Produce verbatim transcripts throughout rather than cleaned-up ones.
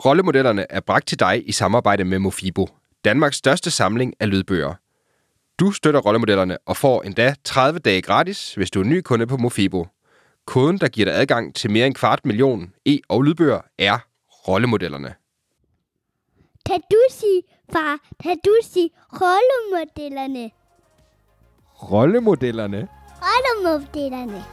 Rollemodellerne er bragt til dig i samarbejde med Mofibo, Danmarks største samling af lydbøger. Du støtter rollemodellerne og får endda tredive dage gratis, hvis du er ny kunde på Mofibo. Koden, der giver dig adgang til mere end kvart million e- og lydbøger, er rollemodellerne. Kan du sige, far, kan du sige rollemodellerne? Rollemodellerne? Rollemodellerne.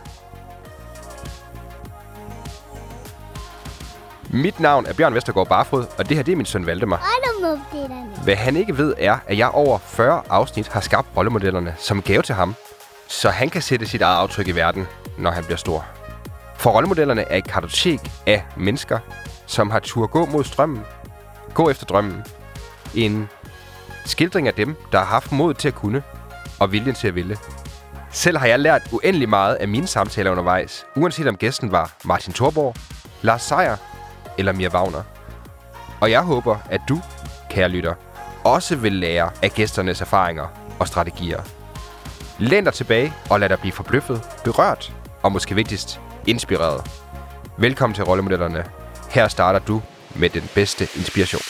Mit navn er Bjørn Vestergaard Barfod, og det her det er min søn Valdemar. Rollemodellerne. Hvad han ikke ved er, at jeg over fyrre afsnit har skabt rollemodellerne som gave til ham, så han kan sætte sit eget aftryk i verden, når han bliver stor. For rollemodellerne er et kartotek af mennesker, som har tur gå mod strømmen, gå efter drømmen. En skildring af dem, der har haft mod til at kunne og viljen til at ville. Selv har jeg lært uendelig meget af mine samtaler undervejs, uanset om gæsten var Martin Thorborg, Lars Seier eller Mia Wagner. Og jeg håber, at du, kære lytter, også vil lære af gæsternes erfaringer og strategier. Læn dig tilbage og lad dig blive forbløffet, berørt og måske vigtigst inspireret. Velkommen til Rollemodellerne. Her starter du med den bedste inspiration.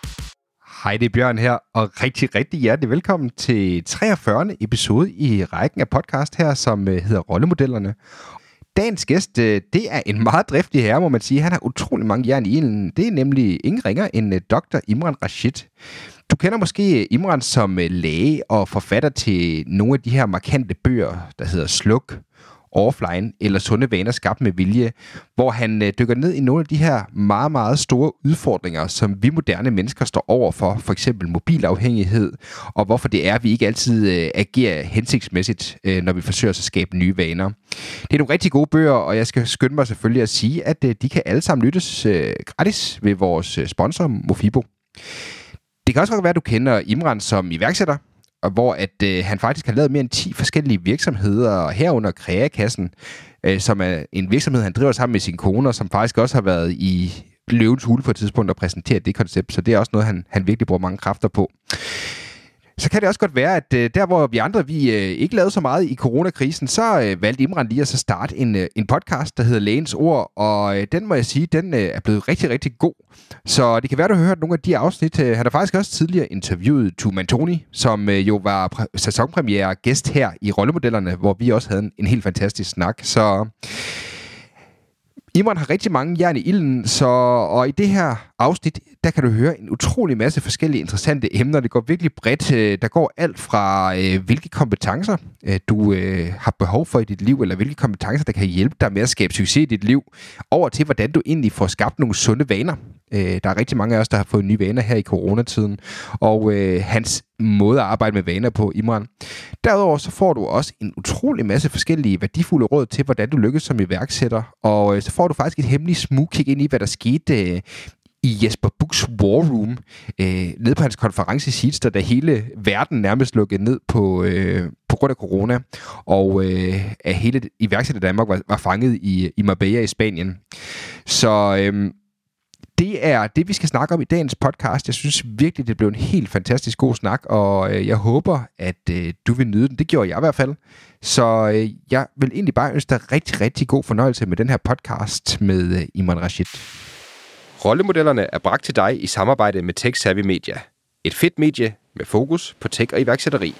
Hej, det er Bjørn her, og rigtig, rigtig hjertelig velkommen til treogfyrre episode i rækken af podcast her, som hedder Rollemodellerne. Dagens gæst, det er en meget driftig herre, må man sige. Han har utrolig mange jern i ilden. Det er nemlig ingen ringer end doktor Imran Rashid. Du kender måske Imran som læge og forfatter til nogle af de her markante bøger, der hedder Sluk, Offline eller Sunde vaner skabt med vilje, hvor han øh, dykker ned i nogle af de her meget, meget store udfordringer, som vi moderne mennesker står over for, for eksempel mobilafhængighed, og hvorfor det er, at vi ikke altid øh, agerer hensigtsmæssigt, øh, når vi forsøger at skabe nye vaner. Det er nogle rigtig gode bøger, og jeg skal skynde mig selvfølgelig at sige, at øh, de kan alle sammen lyttes øh, gratis ved vores øh, sponsor Mofibo. Det kan også godt være, at du kender Imran som iværksætter, og hvor at øh, han faktisk har lavet mere end ti forskellige virksomheder, herunder Kreakassen, øh, som er en virksomhed, han driver sammen med sin kone, og som faktisk også har været i Løvens Hule på et tidspunkt og præsenteret det koncept, så det er også noget, han, han virkelig bruger mange kræfter på. Så kan det også godt være, at øh, der hvor vi andre vi øh, ikke lavede så meget i coronakrisen, så øh, valgte Imran lige at så starte en, øh, en podcast, der hedder Lægens Ord, og øh, den må jeg sige, den øh, er blevet rigtig, rigtig god. Så det kan være, du har hørt nogle af de afsnit. Han har faktisk også tidligere interviewet Tu Mantoni, som øh, jo var præ- sæsonpremiere gæst her i Rollemodellerne, hvor vi også havde en, en helt fantastisk snak. Så Imran har rigtig mange jern i ilden, så, og i det her afsnit, der kan du høre en utrolig masse forskellige interessante emner. Det går virkelig bredt. Der går alt fra, øh, hvilke kompetencer øh, du øh, har behov for i dit liv, eller hvilke kompetencer, der kan hjælpe dig med at skabe succes i dit liv, over til, hvordan du egentlig får skabt nogle sunde vaner. Øh, der er rigtig mange af os, der har fået nye vaner her i coronatiden, og øh, hans måde at arbejde med vaner på, Imran. Derudover så får du også en utrolig masse forskellige værdifulde råd til, hvordan du lykkes som iværksætter, og øh, så får du faktisk et hemmeligt smugkig ind i, hvad der skete øh, i Jesper Buchs War Room, øh, nede på hans konference i Seedster, da hele verden nærmest lukkede ned på, øh, på grund af corona, og øh, at hele iværksætter Danmark var, var fanget i, i Marbella i Spanien. Så øh, det er det, vi skal snakke om i dagens podcast. Jeg synes virkelig, det blev en helt fantastisk god snak, og øh, jeg håber, at øh, du vil nyde den. Det gjorde jeg i hvert fald. Så øh, jeg vil egentlig bare ønske dig rigtig, rigtig god fornøjelse med den her podcast med øh, Imran Rashid. Rollemodellerne er bragt til dig i samarbejde med Tech Savvy Media. Et fedt medie med fokus på tech og iværksætteri.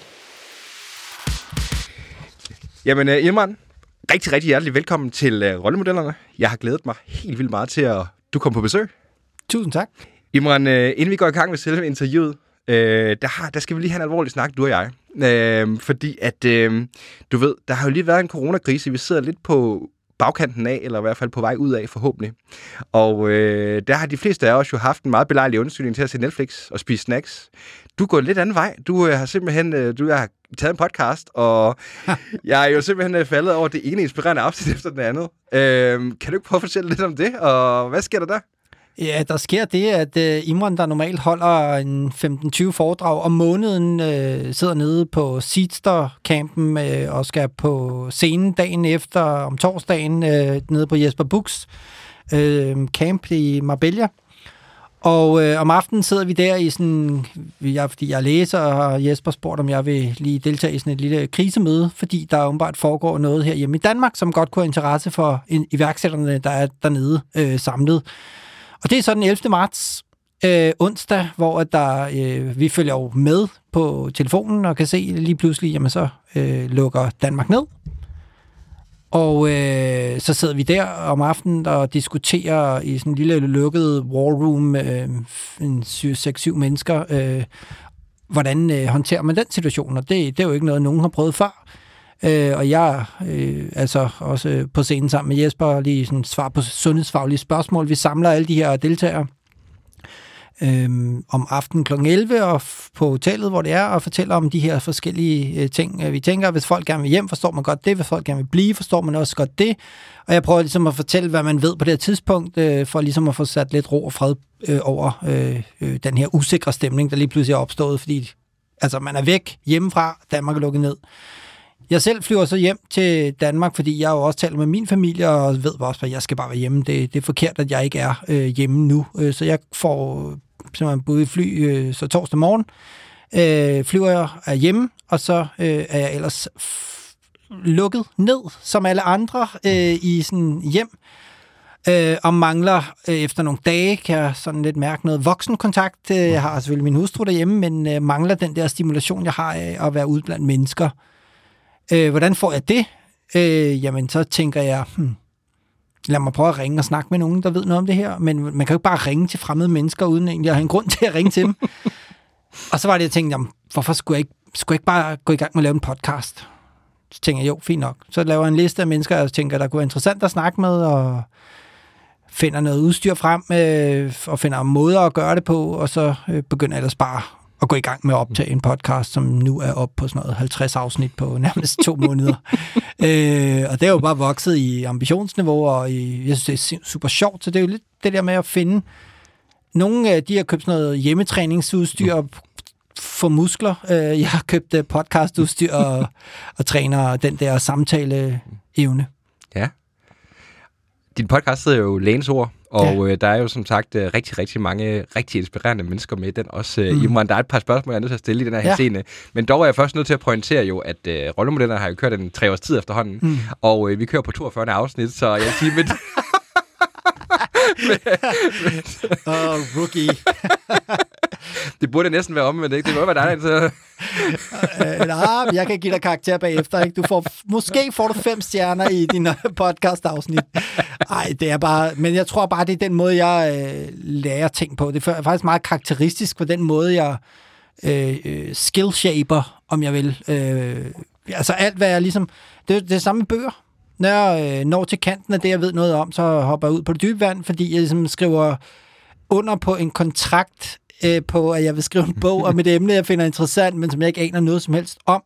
Jamen uh, Imran, rigtig, rigtig hjertelig velkommen til uh, Rollemodellerne. Jeg har glædet mig helt vildt meget til, at du kom på besøg. Tusind tak. Imran, uh, inden vi går i gang med selve interviewet, uh, der, har, der skal vi lige have en alvorlig snak, du og jeg. Uh, fordi at, uh, du ved, der har jo lige været en coronakrise, vi sidder lidt på bagkanten af, eller i hvert fald på vej ud af forhåbentlig. Og øh, der har de fleste af os jo haft en meget belejlig undskyldning til at se Netflix og spise snacks. Du går lidt anden vej. Du øh, har simpelthen øh, du har taget en podcast, og jeg er jo simpelthen øh, faldet over det ene inspirerende afsnit efter den andet. Øh, kan du ikke prøve at fortælle lidt om det, og hvad sker der der? Ja, der sker det, at uh, Imran, der normalt holder en femten tyve foredrag om måneden, uh, sidder nede på Seedster-campen uh, og skal på scenen dagen efter om torsdagen uh, nede på Jesper Buchs uh, camp i Marbella. Og øh, om aftenen sidder vi der i sådan, jeg, fordi jeg læser, og Jesper spurgte, om jeg vil lige deltage i sådan et lille krisemøde, fordi der åbenbart foregår noget her hjemme i Danmark, som godt kunne have interesse for iværksætterne, der er dernede øh, samlet. Og det er så den ellevte marts, øh, onsdag, hvor der, øh, vi følger jo med på telefonen og kan se lige pludselig, jamen så øh, lukker Danmark ned. Og øh, så sidder vi der om aftenen og diskuterer i sådan en lille lukket war room, øh, en seks syv mennesker, øh, hvordan øh, håndterer man den situation, og det, det er jo ikke noget, nogen har prøvet før. Øh, og jeg øh, altså også på scenen sammen med Jesper lige sådan svar på sundhedsfaglige spørgsmål. Vi samler alle de her deltagere øh, om aftenen klokken elleve og f- på hotellet, hvor det er, og fortæller om de her forskellige øh, ting. Vi tænker, hvis folk gerne vil hjem, forstår man godt det. Hvis folk gerne vil blive, forstår man også godt det. Og jeg prøver ligesom at fortælle, hvad man ved på det her tidspunkt, øh, for ligesom at få sat lidt ro og fred øh, over øh, øh, den her usikre stemning, der lige pludselig er opstået, fordi altså, man er væk hjemmefra, Danmark er lukket ned. Jeg selv flyver så hjem til Danmark, fordi jeg jo også taler med min familie, og ved også, at jeg skal bare være hjemme. Det, det er forkert, at jeg ikke er øh, hjemme nu. Øh, så jeg får simpelthen både fly øh, så torsdag morgen, øh, flyver jeg er hjemme, og så øh, er jeg ellers f- lukket ned, som alle andre, øh, i sådan hjem. Øh, og mangler øh, efter nogle dage, kan jeg sådan lidt mærke noget voksenkontakt. Jeg har selvfølgelig min hustru derhjemme, men øh, mangler den der stimulation, jeg har af at være ude blandt mennesker. Øh, hvordan får jeg det? Øh, jamen, så tænker jeg, hmm, lad mig prøve at ringe og snakke med nogen, der ved noget om det her. Men man kan jo ikke bare ringe til fremmede mennesker, uden egentlig at have en grund til at ringe til dem. Og så var det, jeg tænkte, jamen, hvorfor skulle jeg, ikke, skulle jeg ikke bare gå i gang med at lave en podcast? Så tænker jeg, jo, fint nok. Så laver jeg en liste af mennesker, jeg tænker, der kunne være interessant at snakke med, og finder noget udstyr frem, øh, og finder måder at gøre det på, og så øh, begynder jeg ellers bare at gå i gang med at optage en podcast, som nu er oppe på sådan noget halvtreds afsnit på nærmest to måneder. øh, og det er jo bare vokset i ambitionsniveau, og i, jeg synes, det er super sjovt, så det er jo lidt det der med at finde nogle af de har købt sådan noget hjemmetræningsudstyr for muskler. Øh, jeg har købt podcastudstyr og, og træner den der samtaleevne. Ja. Din podcast hedder jo Lægens Ord, og ja. øh, der er jo som sagt øh, rigtig, rigtig mange rigtig inspirerende mennesker med i den også. Øh, mm. Imran, der er et par spørgsmål, jeg er nødt til at stille i den her ja. scene. Men dog er jeg først nødt til at pointere jo, at øh, rollemodellerne har jo kørt en tre års tid efterhånden, mm. og øh, vi kører på toogfyrre afsnit, så jeg vil sige... Med Åh, oh, rookie. Det burde næsten være omvendt, ikke? Det må være dig, så... øh, nej, jeg kan give dig karakter bagefter, ikke? Du får, måske får du fem stjerner i din podcast-afsnit. Nej, det er bare... Men jeg tror bare, det er den måde, jeg øh, lærer ting på. Det er faktisk meget karakteristisk for den måde, jeg øh, skill-shaper, om jeg vil. Øh, altså alt, hvad jeg ligesom... Det, det er samme med bøger. Når jeg øh, når til kanten af det, jeg ved noget om, så hopper jeg ud på det dybe vand, fordi jeg ligesom skriver under på en kontrakt øh, på, at jeg vil skrive en bog om et emne, jeg finder interessant, men som jeg ikke aner noget som helst om.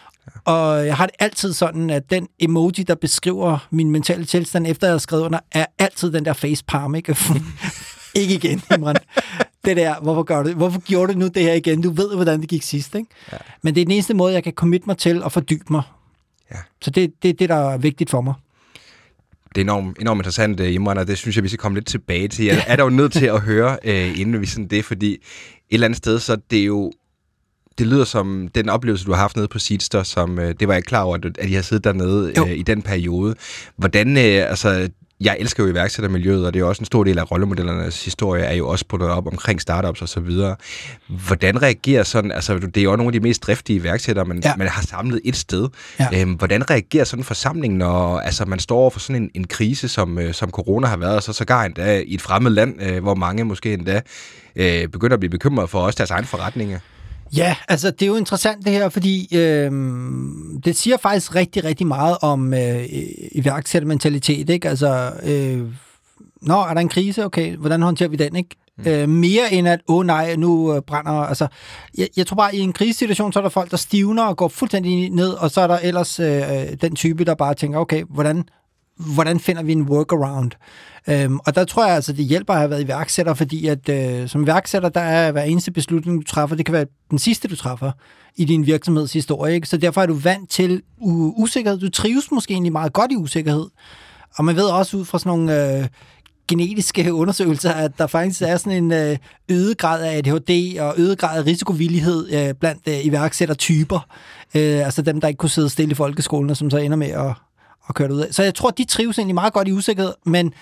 Og jeg har det altid sådan, at den emoji, der beskriver min mentale tilstand, efter jeg har skrevet under, er altid den der facepalm, ikke? Ikke igen, Imran. Det der, hvorfor, gør du, hvorfor gjorde du nu det her igen? Du ved, hvordan det gik sidst, ikke? Ja. Men det er den eneste måde, jeg kan committe mig til at fordybe mig. Ja. Så det er det, det, der er vigtigt for mig. Det er enormt, enormt interessant, Imran, og det synes jeg, vi skal komme lidt tilbage til. Jeg er der jo nødt til at høre, øh, inden vi sådan det, fordi et eller andet sted, så det er jo, det lyder som den oplevelse, du har haft nede på Seedster, som, øh, det var jeg ikke klar over, at, at I har siddet dernede øh, i den periode. Hvordan, øh, altså, jeg elsker jo iværksættermiljøet, og det er jo også en stor del af rollemodellernes historie, er jo også bundet op omkring startups og så videre. Hvordan reagerer sådan, altså det er jo nogle af de mest driftige iværksættere, man, ja. man har samlet et sted. Ja. Øhm, hvordan reagerer sådan en forsamling, når altså, man står over for sådan en, en krise, som, øh, som corona har været, og så sågar endda i et fremmed land, øh, hvor mange måske endda øh, begynder at blive bekymret for også deres egen forretninger? Ja, altså det er jo interessant det her, fordi øh, det siger faktisk rigtig, rigtig meget om øh, iværksættermentalitet, ikke? Altså, øh, nå, er der en krise? Okay, hvordan håndterer vi den, ikke? Mm. Øh, mere end at, åh oh, nej, nu øh, brænder... Altså, jeg, jeg tror bare, at i en krisesituation, så er der folk, der stivner og går fuldstændig ned, og så er der ellers øh, den type, der bare tænker, okay, hvordan, hvordan finder vi en workaround? Øhm, og der tror jeg altså, det hjælper at have været iværksætter, fordi at øh, som iværksætter, der er hver eneste beslutning, du træffer, det kan være den sidste, du træffer i din virksomhedshistorie, ikke? Så derfor er du vant til u- usikkerhed. Du trives måske egentlig meget godt i usikkerhed. Og man ved også ud fra sådan nogle øh, genetiske undersøgelser, at der faktisk er sådan en øh, øget grad af A D H D og øget grad af risikovillighed øh, blandt øh, iværksættertyper. Øh, altså dem, der ikke kunne sidde stille i folkeskolen, og som så ender med at, at køre det ud af. Så jeg tror, de trives egentlig meget godt i usikkerhed, men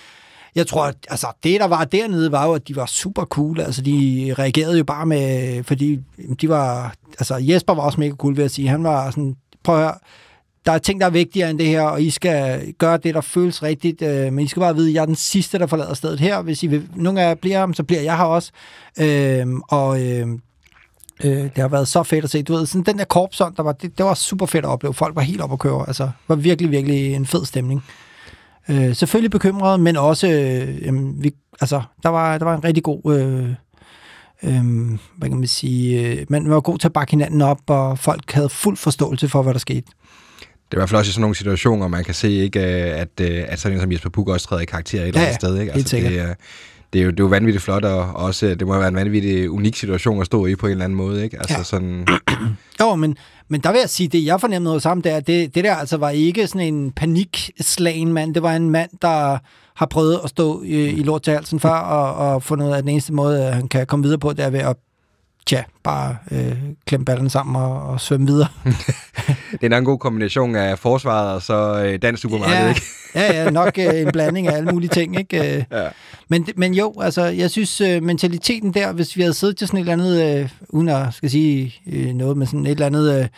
Jeg tror, at altså, det, der var dernede, var jo, at de var super cool. Altså, de reagerede jo bare med, fordi de var... Altså, Jesper var også mega cool, vil jeg sige. Han var sådan, prøv at høre, der er ting, der er vigtigere end det her, og I skal gøre det, der føles rigtigt. Øh, men I skal bare vide, at jeg er den sidste, der forlader stedet her. Hvis I vil, nogle af jer bliver ham, så bliver jeg her også. Øh, og... Øh, Øh, det har været så fedt at se. Du ved, sådan den der korpsånd, der var, det, det var super fedt at opleve. Folk var helt oppe at køre. Altså, det var virkelig, virkelig en fed stemning. Øh, selvfølgelig bekymret, men også, øh, jamen, vi, altså, der var, der var en rigtig god, øh, øh, hvad kan man sige, øh, man var god til at bakke hinanden op, og folk havde fuld forståelse for, hvad der skete. Det er i hvert fald også i sådan nogle situationer, man kan se, ikke, at, at sådan en som Jesper Buch også træder i karakter et eller andet ja, sted. Ikke? Altså, det er Det er, jo, det er jo vanvittigt flot, og også, det må være en vanvittig unik situation at stå i på en eller anden måde, ikke? Altså ja. sådan... Jo, men, men der vil jeg sige, det jeg fornemmede hos ham, det er, det, det der altså var ikke sådan en panikslagen mand. Det var en mand, der har prøvet at stå i, i lort til halsen før, og, og fundet ud af, at den eneste måde, han kan komme videre på, det er ved at tja, bare øh, klemme ballen sammen og, og svømme videre. Det er en god kombination af forsvaret og så øh, dansk supermarked, ja, ikke? ja, ja, nok øh, en blanding af alle mulige ting, ikke? Ja. Men, men jo, altså, jeg synes, øh, mentaliteten der, hvis vi havde siddet til sådan et eller andet, øh, uden at skal sige øh, noget med sådan et eller andet... Øh,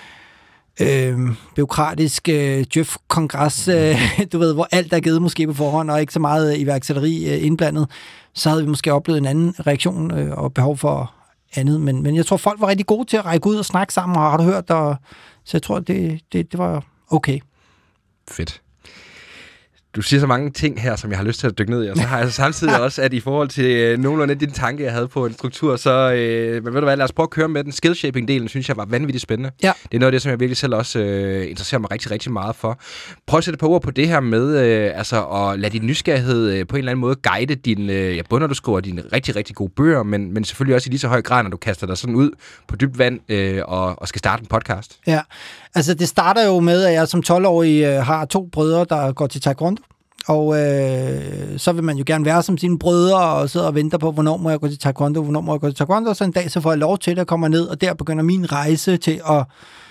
Øh, bureaukratisk øh, djøf-kongres, øh, du ved, hvor alt er givet måske på forhånd, og ikke så meget iværksætteri øh, indblandet, så havde vi måske oplevet en anden reaktion øh, og behov for andet. Men, men jeg tror, folk var rigtig gode til at række ud og snakke sammen, og har du hørt, og, så jeg tror, det, det, det var okay. Fedt. Du siger så mange ting her, som jeg har lyst til at dykke ned i, og så har jeg samtidig også, at i forhold til øh, nogenlunde din tanke, jeg havde på en struktur, så øh, men ved du hvad, lad os prøve at køre med den. Skillshaping-delen, synes jeg var vanvittigt spændende. Ja. Det er noget af det, som jeg virkelig selv også øh, interesserer mig rigtig, rigtig meget for. Prøv at sætte et par ord på det her med, øh, altså at lade din nysgerrighed øh, på en eller anden måde guide din, øh, ja, både når du skriver dine rigtig, rigtig gode bøger, men, men selvfølgelig også i lige så høj grad, når du kaster dig sådan ud på dybt vand øh, og, og skal starte en podcast. Ja, altså det starter jo med, at jeg som tolv-årig øh, har to brødre, der går til taekwondo. Og øh, så vil man jo gerne være som sine brødre og sidde og vente på, hvornår må jeg gå til taekwondo, hvornår må jeg gå til taekwondo, og så en dag så får jeg lov til det at komme ned, og der begynder min rejse til at,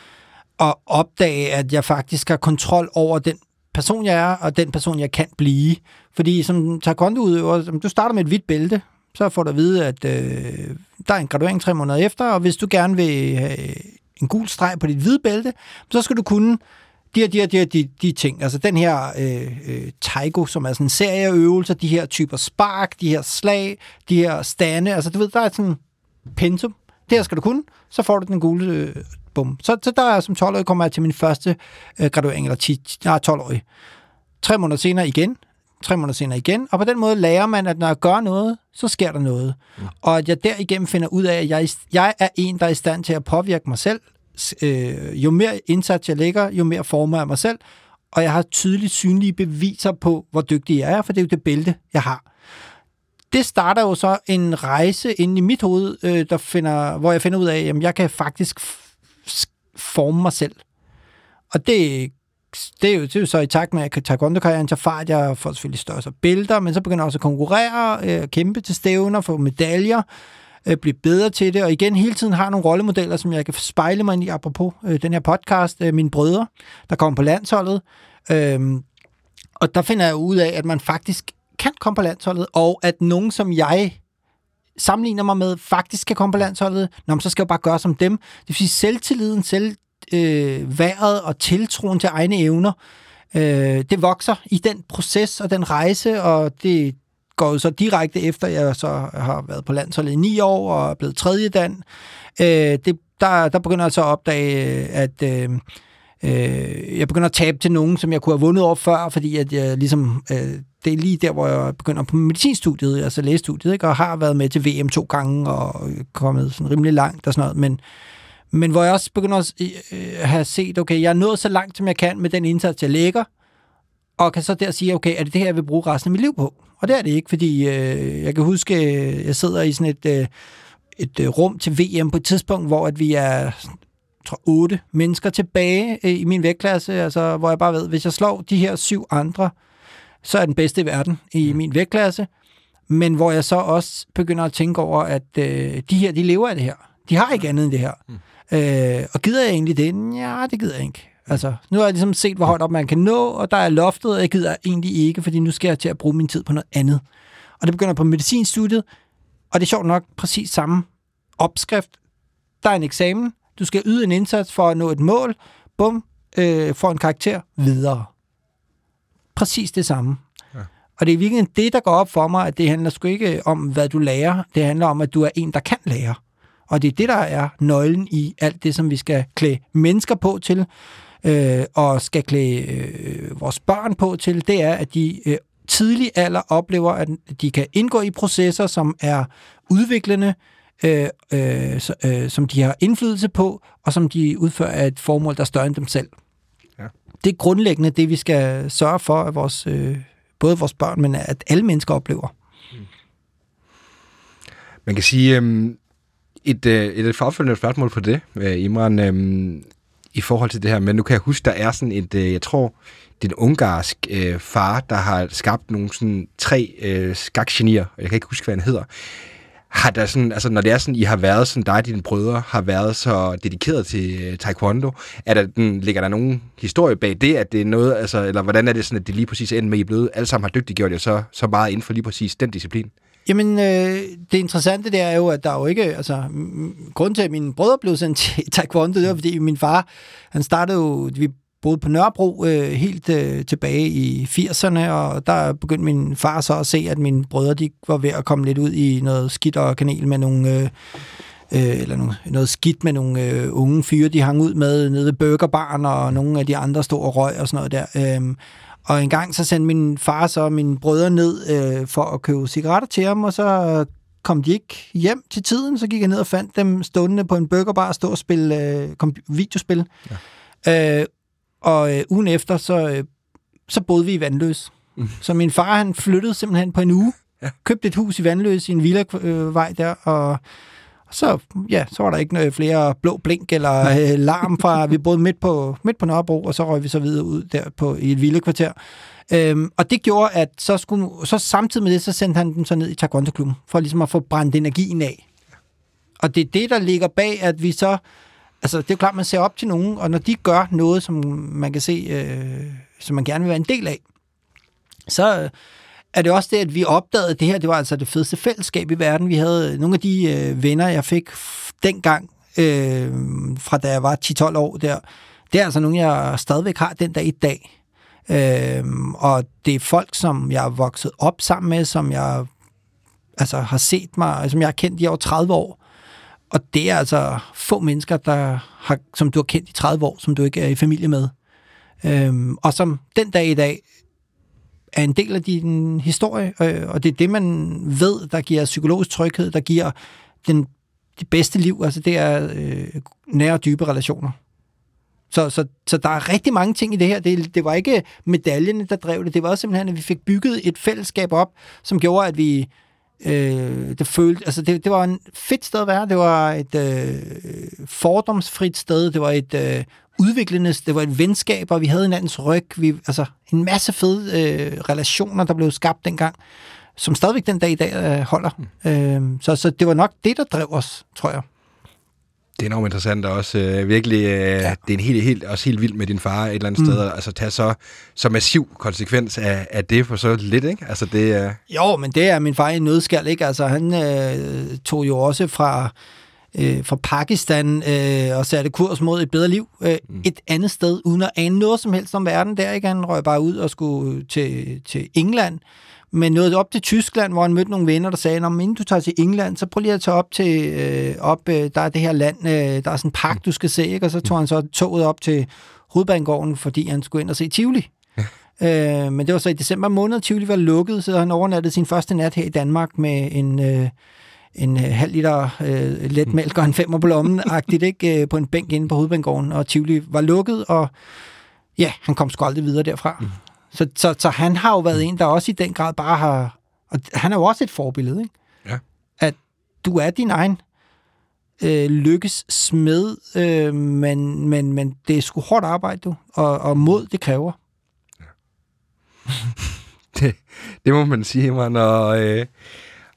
at opdage, at jeg faktisk har kontrol over den person, jeg er, og den person, jeg kan blive. Fordi som taekwondo-udøver, du starter med et hvidt bælte, så får du at vide, at øh, der er en graduering tre måneder efter, og hvis du gerne vil have en gul streg på dit hvide bælte, så skal du kunne de her, de her, de her, de, de ting. Altså den her øh, øh, taiko, som er sådan en serie af øvelser, de her typer spark, de her slag, de her stande, altså du ved, der er sådan pensum. Det her skal du kunne, så får du den gule øh, bum. Så, så der som tolv-årig kommer jeg til min første øh, graduering, eller ti, nej, tolv-årig. Tre måneder senere igen, tre måneder senere igen, og på den måde lærer man, at når jeg gør noget, så sker der noget. Mm. Og at jeg derigennem finder ud af, at jeg, jeg er en, der er i stand til at påvirke mig selv. Øh, jo mere indsats jeg lægger, jo mere former jeg mig selv, og jeg har tydeligt synlige beviser på, hvor dygtig jeg er, for det er jo det bælte, jeg har. Det starter jo så en rejse inde i mit hoved, øh, der finder, hvor jeg finder ud af, at jeg kan faktisk f- forme mig selv. Og det, det, er jo, det er jo så i takt med, at taekwondo-karrieren tager fart, jeg får selvfølgelig større bælter, men så begynder jeg også at konkurrere, øh, kæmpe til stævner, få medaljer, blive bedre til det, og igen hele tiden har nogle rollemodeller, som jeg kan spejle mig ind i, apropos øh, den her podcast, øh, mine brødre, der kommer på landsholdet. Øhm, og der finder jeg ud af, at man faktisk kan komme på landsholdet, og at nogen, som jeg sammenligner mig med, faktisk kan komme på landsholdet, nå, så skal jeg bare gøre som dem. Det vil sige selvtilliden, selvværdet øh, og tiltroen til egne evner, øh, det vokser i den proces og den rejse, og det går jo så direkte efter, jeg så har været på landsholdet i ni år og er blevet tredje dan. Øh, det, der, der begynder jeg så at opdage, at øh, øh, jeg begynder at tabe til nogen, som jeg kunne have vundet over før, fordi at jeg ligesom, øh, det er lige der, hvor jeg begynder på medicinstudiet, altså lægestudiet, ikke? Og har været med til V M to gange og kommet sådan rimelig langt og sådan noget, men, men hvor jeg også begynder at øh, have set, okay, jeg er nået så langt, som jeg kan med den indsats, jeg lægger, og kan så der sige, okay, er det det her, jeg vil bruge resten af mit liv på? Og det er det ikke, fordi øh, jeg kan huske, jeg sidder i sådan et, øh, et øh, rum til V M på et tidspunkt, hvor at vi er tror, otte mennesker tilbage øh, i min vægtklasse, altså, hvor jeg bare ved, hvis jeg slår de her syv andre, så er den bedste i verden i min vægtklasse, men hvor jeg så også begynder at tænke over, at øh, de her, de lever af det her. De har ikke andet end det her. Mm. Øh, og gider jeg egentlig det? Ja, det gider jeg ikke. Altså, nu har jeg ligesom set, hvor højt op man kan nå, og der er loftet, og jeg gider egentlig ikke, fordi nu skal jeg til at bruge min tid på noget andet. Og det begynder på medicinstudiet, og det er sjovt nok præcis samme opskrift. Der er en eksamen, du skal yde en indsats for at nå et mål, bum, øh, får en karakter, videre. Præcis det samme. Ja. Og det er virkelig det, der går op for mig, at det handler sgu ikke om, hvad du lærer. Det handler om, at du er en, der kan lære. Og det er det, der er nøglen i alt det, som vi skal klæde mennesker på til, øh, og skal klæde øh, vores børn på til, det er, at de øh, tidlig alder oplever, at de kan indgå i processer, som er udviklende, øh, øh, øh, som de har indflydelse på, og som de udfører af et formål, der er større end dem selv. Ja. Det er grundlæggende det, vi skal sørge for, at vores, øh, både vores børn, men at alle mennesker oplever. Mm. Man kan sige... Øh... Et, et, et forfølgende spørgsmål på det, Imran, øhm, i forhold til det her, men nu kan jeg huske, der er sådan et, øh, jeg tror, det er en ungarsk øh, far, der har skabt nogle sådan tre øh, skakgenier, jeg kan ikke huske, hvad han hedder. Har der sådan, altså når det er sådan, I har været sådan, dig og dine brødre har været så dedikeret til øh, taekwondo, er der, den, ligger der nogen historie bag det, at det er noget, altså, eller hvordan er det sådan, at det lige præcis ender med, at I blevet alle sammen har dygtiggjort jer så, så meget inden for lige præcis den disciplin? Jamen, øh, det interessante det er jo, at der er jo ikke, altså, grunden til, at mine brødre blev sendt til taekwondo, det var, fordi min far, han startede jo, vi boede på Nørrebro øh, helt øh, tilbage i firserne, og der begyndte min far så at se, at mine brødre, de var ved at komme lidt ud i noget skidt og kanel med nogle, øh, øh, eller noget, noget skidt med nogle øh, unge fyre, de hang ud med nede ved burgerbaren, og nogle af de andre stod og røg og sådan noget der. Øh, Og en gang så sendte min far så mine brødre ned øh, for at købe cigaretter til ham, og så kom de ikke hjem til tiden. Så gik jeg ned og fandt dem stående på en burgerbar og stå og spille øh, videospil. Ja. Øh, og øh, ugen efter, så, øh, så boede vi i Vandløs. Mm. Så min far, han flyttede simpelthen på en uge, ja. Købte et hus i Vandløs i en villavej der, og så, ja, så var der ikke flere blå blink eller øh, larm fra, vi boede midt på, midt på Nørrebro, og så røg vi så videre ud der på, i et villekvarter. Øhm, og det gjorde, at så, skulle, så samtidig med det, så sendte han dem så ned i taekwondo-klubben, for ligesom at få brændt energien af. Og det er det, der ligger bag, at vi så, altså det er jo klart, man ser op til nogen, og når de gør noget, som man kan se, øh, som man gerne vil være en del af, så... Øh, er det også det, at vi opdagede, at det her, det var altså det fedeste fællesskab i verden. Vi havde nogle af de øh, venner, jeg fik dengang, øh, fra da jeg var ti tolv år der, det er altså nogle, jeg stadigvæk har den dag i dag. Øh, og det er folk, som jeg er vokset op sammen med, som jeg altså, har set mig, som jeg har kendt i over tredive år. Og det er altså få mennesker, der har, som du har kendt i tredive år, som du ikke er i familie med. Øh, og som den dag i dag, er en del af din historie, og det er det, man ved, der giver psykologisk tryghed, der giver den, det bedste liv, altså det er øh, nære og dybe relationer. Så, så, så der er rigtig mange ting i det her. Det, det var ikke medaljerne, der drev det, det var også simpelthen, at vi fik bygget et fællesskab op, som gjorde, at vi øh, det følte, altså det, det var en fedt sted at være, det var et øh, fordomsfrit sted, det var et øh, udviklende, det var et venskab, og vi havde hinandens ryg, vi, altså en masse fede øh, relationer, der blev skabt dengang, som stadigvæk den dag i dag øh, holder. Mm. Øh, så, så det var nok det, der drev os, tror jeg. Det er enormt interessant, og også øh, virkelig, øh, ja. Det er en helt, helt, også helt vildt med din far et eller andet mm. sted, altså tage så, så massiv konsekvens af, af det for så lidt, ikke? Altså det øh... Jo, men det er min far i nødskal, ikke? Altså han øh, tog jo også fra øh, fra Pakistan øh, og satte kurs mod et bedre liv øh, mm. et andet sted, uden at ane noget som helst om verden der, ikke? Han røg bare ud og skulle til, til England, men nåede op til Tyskland, hvor han mødte nogle venner, der sagde, inden du tager til England, så prøv lige at tage op til, øh, op, øh, der er det her land, øh, der er sådan en park, du skal se, ikke? Og så tog han så toget op til Hovedbanegården, fordi han skulle ind og se Tivoli. Ja. Øh, men det var så i december måned, Tivoli var lukket, så han overnattede sin første nat her i Danmark med en, øh, en øh, halv liter øh, letmælk og en femmer på lommen-agtigt, ikke? Øh, på en bænk inde på Hovedbanegården, og Tivoli var lukket, og ja, han kom sgu aldrig videre derfra. Mm. Så, så, så han har jo været en, der også i den grad bare har... Og han er jo også et forbillede, ikke? Ja. At du er din egen øh, lykkes smed, øh, men, men, men det er sgu hårdt arbejde, du. Og, og mod, det kræver. Ja. det, det må man sige, man. Og, øh,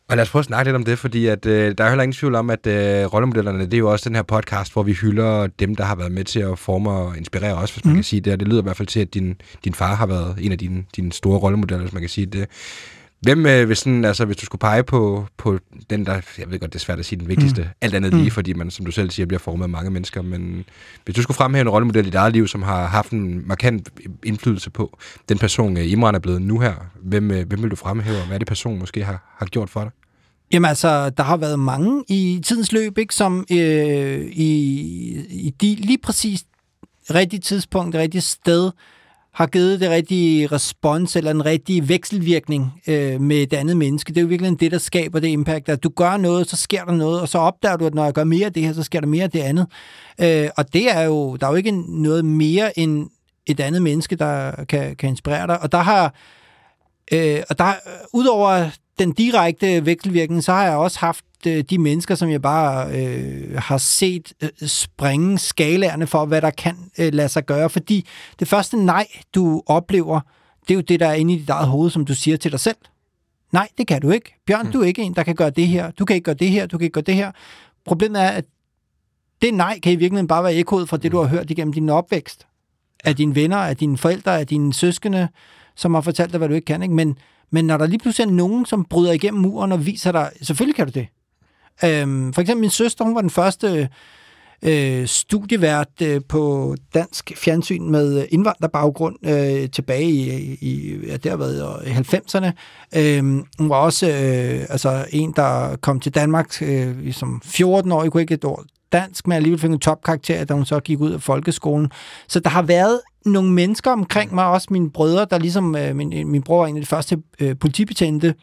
Og lad os prøve at snakke lidt om det, fordi at, øh, der er heller ingen tvivl om, at øh, rollemodellerne, det er jo også den her podcast, hvor vi hylder dem, der har været med til at forme og inspirere os, hvis man mm. kan sige det. Og det lyder i hvert fald til, at din, din far har været en af dine, dine store rollemodeller, hvis man kan sige det. Hvem, øh, hvis, sådan, altså, hvis du skulle pege på, på den, der, jeg ved godt, det er svært at sige den vigtigste, mm. alt andet lige, fordi man, som du selv siger, bliver formet af mange mennesker, men hvis du skulle fremhæve en rollemodel i dit eget liv, som har haft en markant indflydelse på den person, Imran er blevet nu her, hvem, øh, hvem vil du fremhæve, og hvad er det person måske har, har gjort for dig? Jamen altså, der har været mange i tidens løb, ikke, som øh, i, i de lige præcis rigtige tidspunkt, det rigtige sted, har givet det rigtige respons, eller en rigtig vekselvirkning øh, med et andet menneske. Det er jo virkelig det, der skaber det impact, at du gør noget, så sker der noget, og så opdager du, at når jeg gør mere af det her, så sker der mere af det andet. Øh, og det er jo, der er jo ikke noget mere end et andet menneske, der kan, kan inspirere dig. Og der har, øh, og der, udover den direkte vekselvirkning, så har jeg også haft øh, de mennesker, som jeg bare øh, har set øh, springe skalaerne for, hvad der kan øh, lade sig gøre. Fordi det første nej, du oplever, det er jo det, der er inde i dit eget hoved, som du siger til dig selv. Nej, det kan du ikke. Bjørn, mm. du er ikke en, der kan gøre det her. Du kan ikke gøre det her, du kan ikke gøre det her. Problemet er, at det nej kan i virkeligheden bare være ekkoet fra det, du har hørt igennem din opvækst. Af dine venner, af dine forældre, af dine søskende, som har fortalt dig, hvad du ikke kan. Ikke? Men Men når der lige pludselig er nogen, som bryder igennem muren og viser dig, selvfølgelig kan du det. Øhm, for eksempel min søster, hun var den første øh, studievært øh, på dansk fjernsyn med indvandrerbaggrund øh, tilbage i, i ja, det har været i halvfemserne. Øhm, hun var også øh, altså en, der kom til Danmark øh, som fjorten-årig, kunne ikke et ord dansk, men alligevel fik en topkarakter, da hun så gik ud af folkeskolen. Så der har været nogle mennesker omkring mig, også mine brødre, der ligesom, øh, min, min bror var en af de første øh, politibetjente.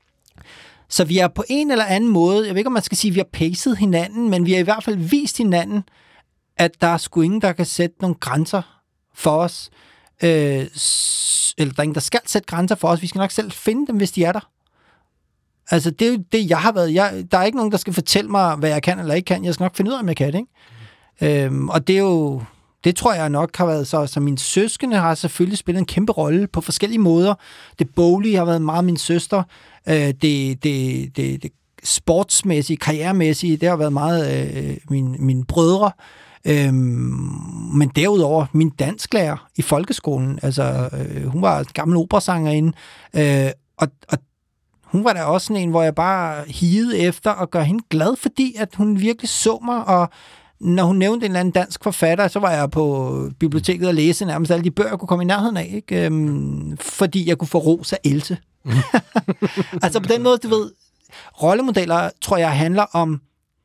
Så vi har på en eller anden måde, jeg ved ikke, om man skal sige, at vi har pacet hinanden, men vi har i hvert fald vist hinanden, at der er sgu ingen, der kan sætte nogle grænser for os. Øh, eller der er ingen, der skal sætte grænser for os. Vi skal nok selv finde dem, hvis de er der. Altså, det er jo det, jeg har været. Jeg, der er ikke nogen, der skal fortælle mig, hvad jeg kan eller ikke kan. Jeg skal nok finde ud af, om jeg kan det, ikke? Mm. Øhm, og det er jo... Det tror jeg nok har været så... Så mine søskende har selvfølgelig spillet en kæmpe rolle på forskellige måder. Det boglige har været meget min søster. Øh, det, det, det, det sportsmæssige, karrieremæssige, det har været meget øh, mine, mine brødre. Øhm, men derudover min dansklærer i folkeskolen. Altså, øh, hun var en gammel operasangerinde. Øh, og, og hun var da også sådan en, hvor jeg bare higede efter at gøre hende glad, fordi at hun virkelig så mig, og når hun nævnte en eller anden dansk forfatter, så var jeg på biblioteket og læse nærmest alle de bøger, jeg kunne komme i nærheden af, ikke? Øhm, fordi jeg kunne få ros af Else. Altså på den måde, du ved, rollemodeller, tror jeg, handler om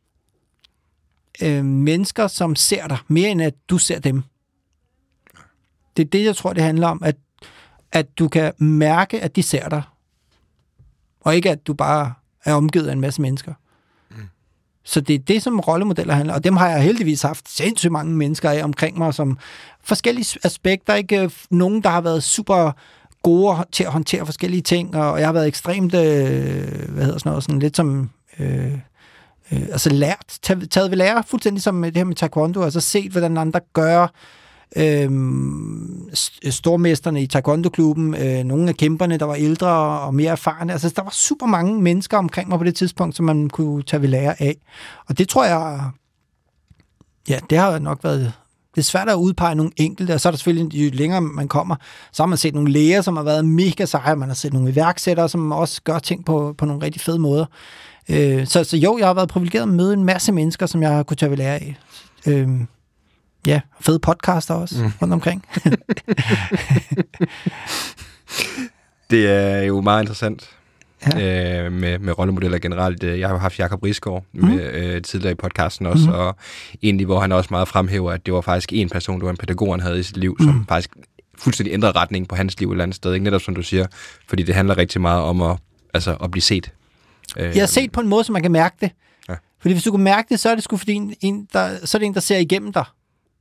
øh, mennesker, som ser dig, mere end at du ser dem. Det er det, jeg tror, det handler om, at, at du kan mærke, at de ser dig, og ikke at du bare er omgivet af en masse mennesker. Så det er det, som rollemodeller handler, og dem har jeg heldigvis haft sindssygt mange mennesker af omkring mig, som forskellige aspekter, ikke nogen, der har været super gode til at håndtere forskellige ting, og jeg har været ekstremt, øh, hvad hedder sådan noget, sådan lidt som, øh, øh, altså lært, taget, taget ved lære, fuldstændig som det her med taekwondo, altså set, hvordan andre gør, Øhm, stormesterne i taekwondo-klubben, øh, nogle af kæmperne, der var ældre og mere erfarne. Altså, der var super mange mennesker omkring mig på det tidspunkt, som man kunne tage ved lære af. Og det tror jeg, ja, det har nok været, det er svært at udpege nogle enkelte, og så er der selvfølgelig, jo længere man kommer, så har man set nogle læger, som har været mega seje, man har set nogle iværksættere, som også gør ting på, på nogle rigtig fede måder. Øh, så, så jo, jeg har været privilegeret at møde en masse mennesker, som jeg har kunne tage ved lære af. Øh, Ja, fede podcaster også, mm. rundt omkring. Det er jo meget interessant ja. øh, med, med rollemodeller generelt. Jeg har jo haft Jakob Risgaard mm. med, øh, tidligere i podcasten også, mm. og egentlig, hvor han også meget fremhæver, at det var faktisk en person, det var en pædagog, han havde i sit liv, mm. som faktisk fuldstændig ændrede retning på hans liv et eller andet sted. Ikke netop som du siger, fordi det handler rigtig meget om at, altså, at blive set. Jeg har set på en måde, så man kan mærke det. Ja. Fordi hvis du kan mærke det, så er det sgu fordi en, en, der, så er det en, der ser igennem dig.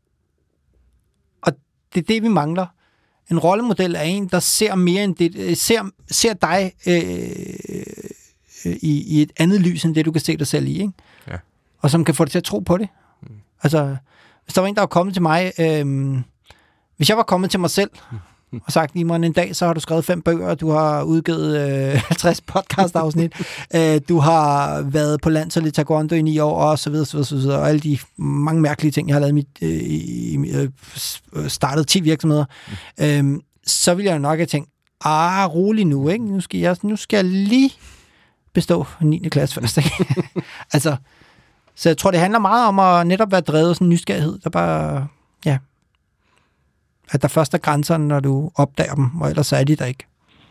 Det er det, vi mangler. En rollemodel er en, der ser mere end det, ser, ser dig øh, øh, i, i et andet lys, end det, du kan se dig selv i, ikke? Ja. Og som kan få dig til at tro på det. Mm. Altså, hvis der var en, der var kommet til mig, øh, hvis jeg var kommet til mig selv, og sagt, Imran, en dag så har du skrevet fem bøger, du har udgivet øh, halvtreds podcast-afsnit, øh, du har været på landsholdet i taekwondo i ni år, og så videre, så videre, så videre, og alle de mange mærkelige ting, jeg har lavet mit, øh, i, øh, startet ti virksomheder, mm. øh, så vil jeg jo nok have tænkt, ah, rolig nu, ikke? Nu skal jeg, nu skal jeg lige bestå niende klasse først, ikke? Altså, så jeg tror, det handler meget om at netop være drevet af sådan en nysgerrighed, der bare, ja, at der først er grænserne, når du opdager dem, og ellers er de der ikke.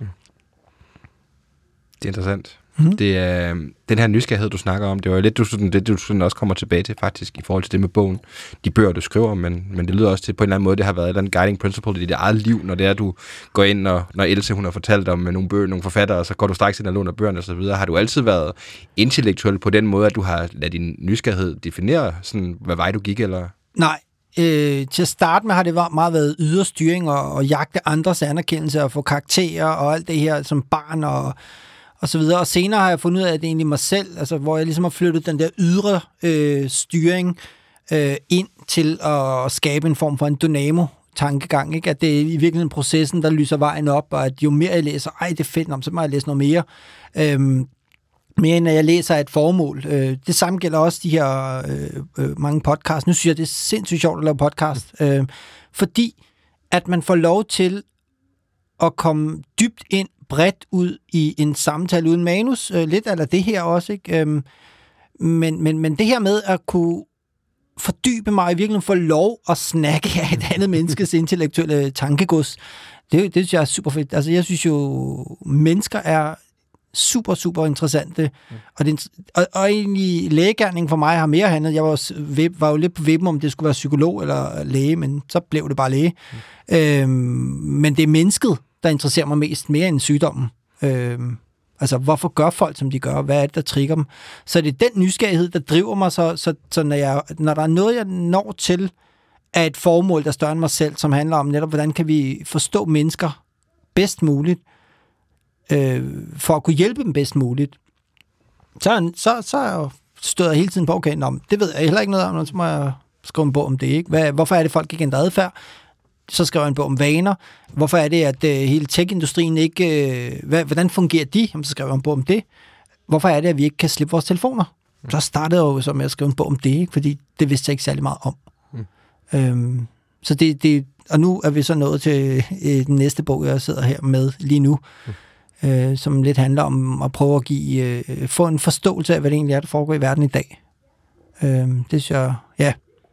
Det er interessant. Mm-hmm. Det er den her nysgerrighed, du snakker om, det var lidt du, sådan, det, du sådan også kommer tilbage til faktisk, i forhold til det med bogen. De bøger, du skriver, men, men det lyder også til, på en eller anden måde, det har været et eller andet guiding principle i dit eget liv, når det er, du går ind, og når Else, hun har fortalt om nogle bøger, nogle forfattere, så går du straks ind og låner bøgerne og så videre. Har du altid været intellektuel på den måde, at du har ladet din nysgerrighed definere, sådan, hvad vej du gik, eller? Nej. Øh, til at starte med har det meget været yderstyring og, og jagte andres anerkendelse og få karakterer og alt det her som barn og, og så videre. Og senere har jeg fundet ud af, at det er egentlig mig selv, altså, hvor jeg ligesom har flyttet den der ydre øh, styring øh, ind til at skabe en form for en dynamo-tankegang. Ikke? At det er i virkeligheden processen, der lyser vejen op, og at jo mere jeg læser, ej, det er fedt, så må jeg læse noget mere. Øh, mere end at jeg læser et formål. Øh, det samme gælder også de her øh, øh, mange podcasts. Nu synes jeg, det er sindssygt sjovt at lave podcast, øh, fordi at man får lov til at komme dybt ind, bredt ud i en samtale uden manus. Øh, lidt eller det her også, ikke? Øh, men, men, men det her med at kunne fordybe mig, i virkeligheden få lov at snakke af et andet menneskes intellektuelle tankegods, det, det synes jeg er super fedt. Altså, jeg synes jo, mennesker er super, super interessante. Mm. Og, det, og, og egentlig lægegerningen for mig har mere handlet. Jeg var, var jo lidt på vippen, om det skulle være psykolog eller læge, men så blev det bare læge. Mm. Øhm, men det er mennesket, der interesserer mig mest, mere end sygdommen. Øhm, altså, hvorfor gør folk, som de gør? Hvad er det, der trigger dem? Så det er den nysgerrighed, der driver mig, så, så, så når, jeg, når der er noget, jeg når til af et formål, der er større end mig selv, som handler om netop, hvordan kan vi forstå mennesker bedst muligt, Øh, for at kunne hjælpe dem bedst muligt, så, så, så støder jeg hele tiden på, okay, nå, det ved jeg heller ikke noget om, så må jeg skrive en bog om det, ikke? Hvad, hvorfor er det, folk ikke ændrer adfærd? Så skriver jeg en bog om vaner. Hvorfor er det, at øh, hele tech-industrien ikke... Øh, hvad, hvordan fungerer de? Jamen, så skriver jeg en bog om det. Hvorfor er det, at vi ikke kan slippe vores telefoner? Så startede jeg jo så med at skrive en bog om det, ikke? Fordi det vidste jeg ikke særlig meget om. Mm. Øhm, så det, det... Og nu er vi så nået til øh, den næste bog, jeg sidder her med lige nu. Mm. Øh, som lidt handler om at prøve at give, øh, få en forståelse af, hvad det egentlig er, der foregår i verden i dag. Øh, det synes jeg, ja.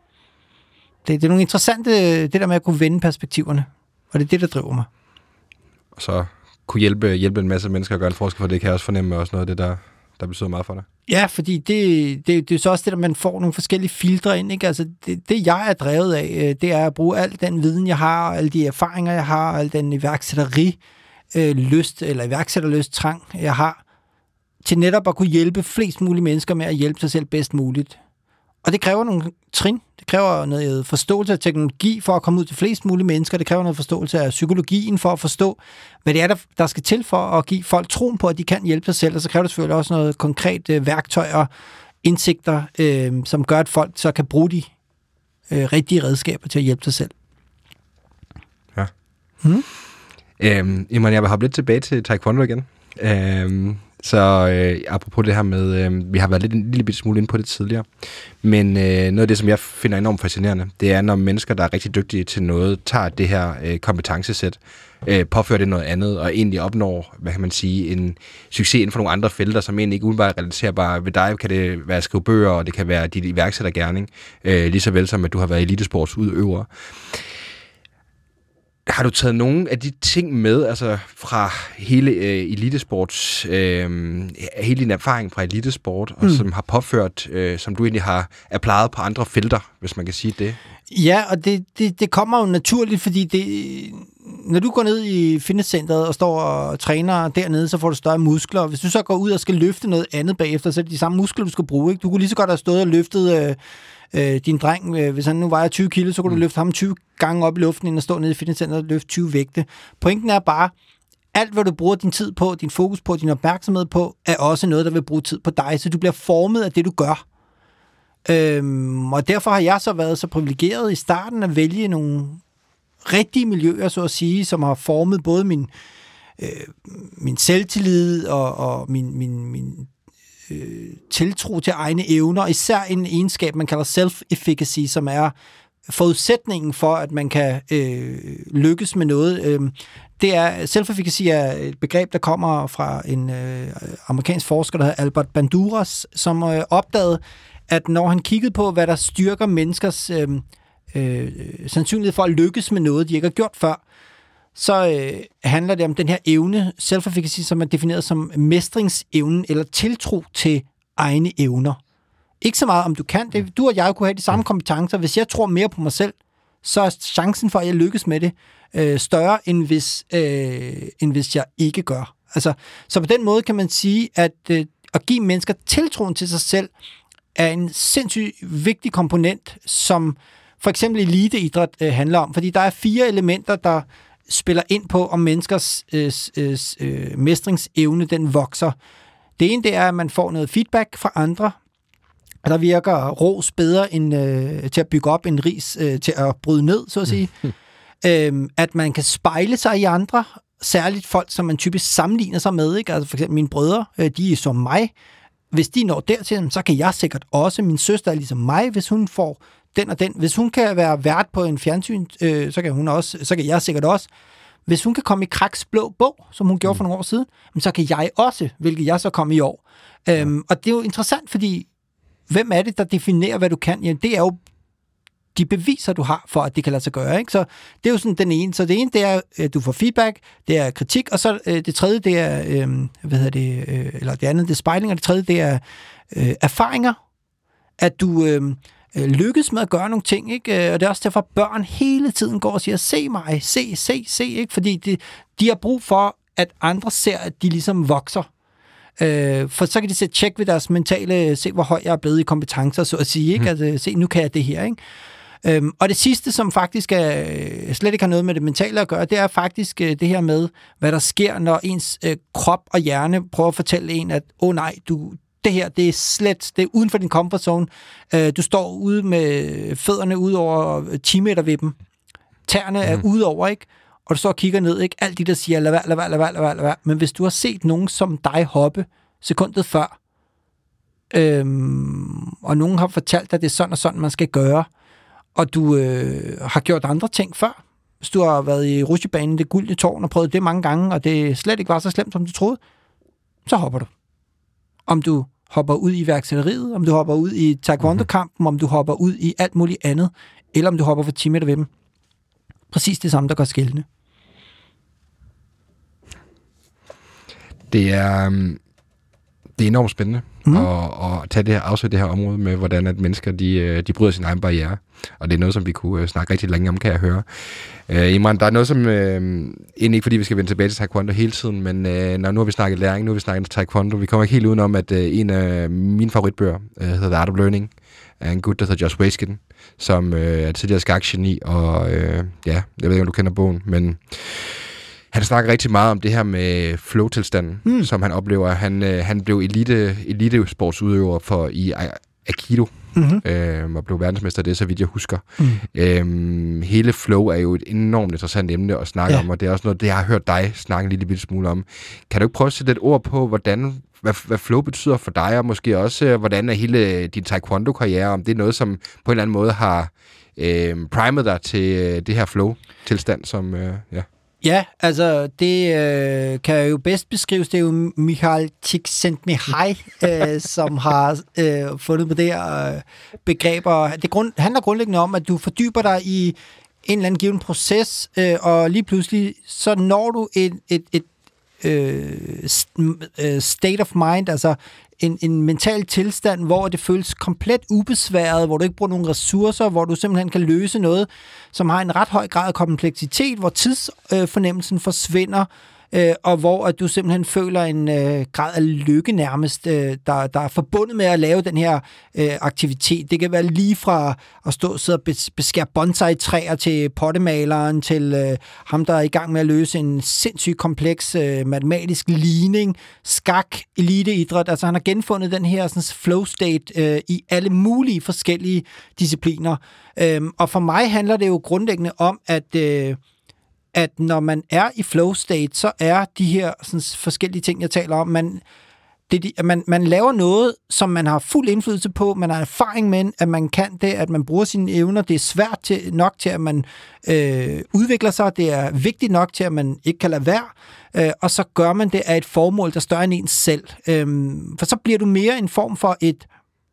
Det, det er nogle interessante, det der med at kunne vende perspektiverne, og det er det, der driver mig. Og så kunne hjælpe, hjælpe en masse mennesker at gøre en forskel, for det kan jeg også fornemme også noget af det, der, der betyder meget for dig. Ja, fordi det, det, det er så også det, der man får nogle forskellige filtre ind, ikke? Altså, det, det jeg er drevet af, det er at bruge al den viden, jeg har, alle de erfaringer, jeg har, al den iværksætteri, Øh, lyst, eller iværksætterlyst, trang, jeg har, til netop at kunne hjælpe flest mulige mennesker med at hjælpe sig selv bedst muligt. Og det kræver nogle trin. Det kræver noget forståelse af teknologi for at komme ud til flest mulige mennesker. Det kræver noget forståelse af psykologien for at forstå, hvad det er, der, der skal til for at give folk troen på, at de kan hjælpe sig selv. Og så kræver det selvfølgelig også noget konkret øh, værktøj og indsigter, øh, som gør, at folk så kan bruge de øh, rigtige redskaber til at hjælpe sig selv. Ja. Hmm? Øhm, jamen, jeg vil hoppe lidt tilbage til taekwondo igen. Øhm, så øh, apropos det her med, øh, vi har været lidt en lille bitte smule inde på det tidligere, men øh, noget af det, som jeg finder enormt fascinerende, det er, når mennesker, der er rigtig dygtige til noget, tager det her øh, kompetencesæt, øh, påfører det noget andet, og egentlig opnår, hvad kan man sige, en succes inden for nogle andre felter, som egentlig ikke umiddelbart relaterbare. Ved dig kan det være at skrive bøger, og det kan være dit iværksættergerning, øh, lige så vel som, at du har været elitesportsudøver. Har du taget nogle af de ting med, altså fra hele øh, elitesports, øh, hele din erfaring fra elitesport, og mm. som har påført, øh, som du egentlig har applyet på andre felter, hvis man kan sige det? Ja, og det, det, det kommer jo naturligt, fordi det, når du går ned i fitnesscenteret og står og træner dernede, så får du større muskler, og hvis du så går ud og skal løfte noget andet bagefter, så er det de samme muskler, du skal bruge, ikke? Du kunne lige så godt have stået og løftet... Øh, Øh, din dreng, øh, hvis han nu vejer tyve kilo, så kunne du løfte ham tyve gange op i luften, inden at stå nede i fitnesscenteret og løfte tyve vægte. Pointen er bare, alt hvad du bruger din tid på, din fokus på, din opmærksomhed på, er også noget, der vil bruge tid på dig, så du bliver formet af det, du gør. Øhm, og derfor har jeg så været så privilegeret i starten at vælge nogle rigtige miljøer, så at sige, som har formet både min, øh, min selvtillid og, og min, min, min øh, tiltro til egne evner, især en egenskab, man kalder self-efficacy, som er forudsætningen for, at man kan øh, lykkes med noget. Øh, det er, self-efficacy er et begreb, der kommer fra en øh, amerikansk forsker, der hedder Albert Bandura, som øh, opdagede, at når han kiggede på, hvad der styrker menneskers øh, øh, sandsynlighed for at lykkes med noget, de ikke har gjort før, så øh, handler det om den her evne, self-efficacy, som er defineret som mestringsevnen eller tiltro til egne evner. Ikke så meget, om du kan det. Du og jeg kunne have de samme kompetencer. Hvis jeg tror mere på mig selv, så er chancen for, at jeg lykkes med det, øh, større, end hvis, øh, end hvis jeg ikke gør. Altså, så på den måde kan man sige, at øh, at give mennesker tiltroen til sig selv, er en sindssygt vigtig komponent, som for eksempel eliteidræt øh, handler om. Fordi der er fire elementer, der spiller ind på, om menneskers øh, øh, øh, mestringsevne, den vokser. Det ene, det er, at man får noget feedback fra andre, og der virker ros bedre end, øh, til at bygge op, en ris øh, til at bryde ned, så at sige. øhm, at man kan spejle sig i andre, særligt folk, som man typisk sammenligner sig med. Ikke? Altså for eksempel mine brødre, øh, de er som mig. Hvis de når dertil, så kan jeg sikkert også. Min søster er ligesom mig, hvis hun får den og den. Hvis hun kan være vært på en fjernsyn, øh, så kan hun også, så kan jeg sikkert også. Hvis hun kan komme i Kraks blå bog, som hun gjorde for nogle år siden, så kan jeg også, hvilket jeg så kom i år. Øhm, og det er jo interessant, fordi hvem er det, der definerer, hvad du kan? Jamen, det er jo de beviser, du har for, at det kan lade sig gøre. Ikke? Så det er jo sådan den ene. Så det ene, det er, at du får feedback, det er kritik, og så øh, det tredje, det er, øh, hvad hedder det, øh, eller det andet, det er spejling, og det tredje, det er øh, erfaringer. At du øh, lykkes med at gøre nogle ting, ikke? Og det er også derfor, at børn hele tiden går og siger, se mig, se, se, se, ikke? Fordi de, de har brug for, at andre ser, at de ligesom vokser. Øh, for så kan de sætte tjek ved deres mentale, se hvor høj jeg er blevet i kompetencer, så at sige, ikke? Mm. Altså, se, nu kan jeg det her, ikke? Øhm, og det sidste, som faktisk er, slet ikke har noget med det mentale at gøre, det er faktisk øh, det her med, hvad der sker, når ens øh, krop og hjerne prøver at fortælle en, at åh oh, nej, du, det her, det er slet, det er uden for din comfort zone. Øh, du står ude med fødderne ud over ti meter ved dem. Tæerne mm. er ude over, ikke? Og du står og kigger ned, ikke? Alt de der siger, lad være, lad være, lad være, lad være, lad være. Men hvis du har set nogen som dig hoppe sekundet før, øhm, og nogen har fortalt dig, at det er sådan og sådan, man skal gøre, og du øh, har gjort andre ting før, hvis du har været i rutsjebanen, det gyldne tårn, og prøvet det mange gange, og det slet ikke var så slemt, som du troede, så hopper du. Om du hopper ud i iværksætteriet, om du hopper ud i taekwondo-kampen, om du hopper ud i alt muligt andet, eller om du hopper for ti meter ved dem. Præcis det samme, der gør skældende. Det er, det er enormt spændende mm. at, at tage det her, afsøge det her område med, hvordan at mennesker de, de bryder sin egen barriere. Og det er noget, som vi kunne snakke rigtig længe om, kan jeg høre. Uh, Imran, der er noget, som uh, egentlig ikke fordi, vi skal vende tilbage til taekwondo hele tiden, men uh, når nu har vi snakket læring, nu har vi snakket taekwondo. Vi kommer ikke helt udenom, at uh, en af mine favoritbøger uh, hedder The Art of Learning, af en gut, der hedder Josh Waitzkin, som uh, er tidligere skakgeni, og uh, ja, jeg ved ikke, om du kender bogen, men han snakker rigtig meget om det her med flow-tilstanden, mm. som han oplever. Han, øh, han blev elite, elitesportsudøver for i Aikido, mm-hmm. øh, og blev verdensmester af det, så vidt jeg husker. Mm. Øhm, hele flow er jo et enormt interessant emne at snakke ja. om, og det er også noget, det jeg har hørt dig snakke en lille bitte smule om. Kan du ikke prøve at sætte et ord på, hvordan, hvad, hvad flow betyder for dig, og måske også, hvordan er hele din taekwondo-karriere, om det er noget, som på en eller anden måde har øh, primet dig til øh, det her flow-tilstand, som, øh, ja. Ja, altså det øh, kan jo bedst beskrives, det er jo Mihaly Csikszentmihalyi, øh, som har øh, fundet på det her øh, begreber. Det grund, handler grundlæggende om, at du fordyber dig i en eller anden given proces, øh, og lige pludselig så når du et, et, et øh, state of mind, altså en, en mental tilstand, hvor det føles komplet ubesværet, hvor du ikke bruger nogen ressourcer, hvor du simpelthen kan løse noget, som har en ret høj grad af kompleksitet, hvor tidsfornemmelsen øh, forsvinder, øh, og hvor at du simpelthen føler en øh, grad af lykke nærmest, øh, der, der er forbundet med at lave den her øh, aktivitet. Det kan være lige fra at stå og beskære bonsai-træer til pottemaleren, til øh, ham, der er i gang med at løse en sindssygt kompleks øh, matematisk ligning, skak, eliteidræt. Altså han har genfundet den her sådan, flow state øh, i alle mulige forskellige discipliner. Øhm, og for mig handler det jo grundlæggende om, at, øh, at når man er i flow state, så er de her sådan, forskellige ting, jeg taler om, man, det, man, man laver noget, som man har fuld indflydelse på, man har erfaring med, at man kan det, at man bruger sine evner, det er svært til, nok til, at man øh, udvikler sig, det er vigtigt nok til, at man ikke kan lade være, øh, og så gør man det af et formål, der er større end ens selv. Øh, for så bliver du mere en form for et,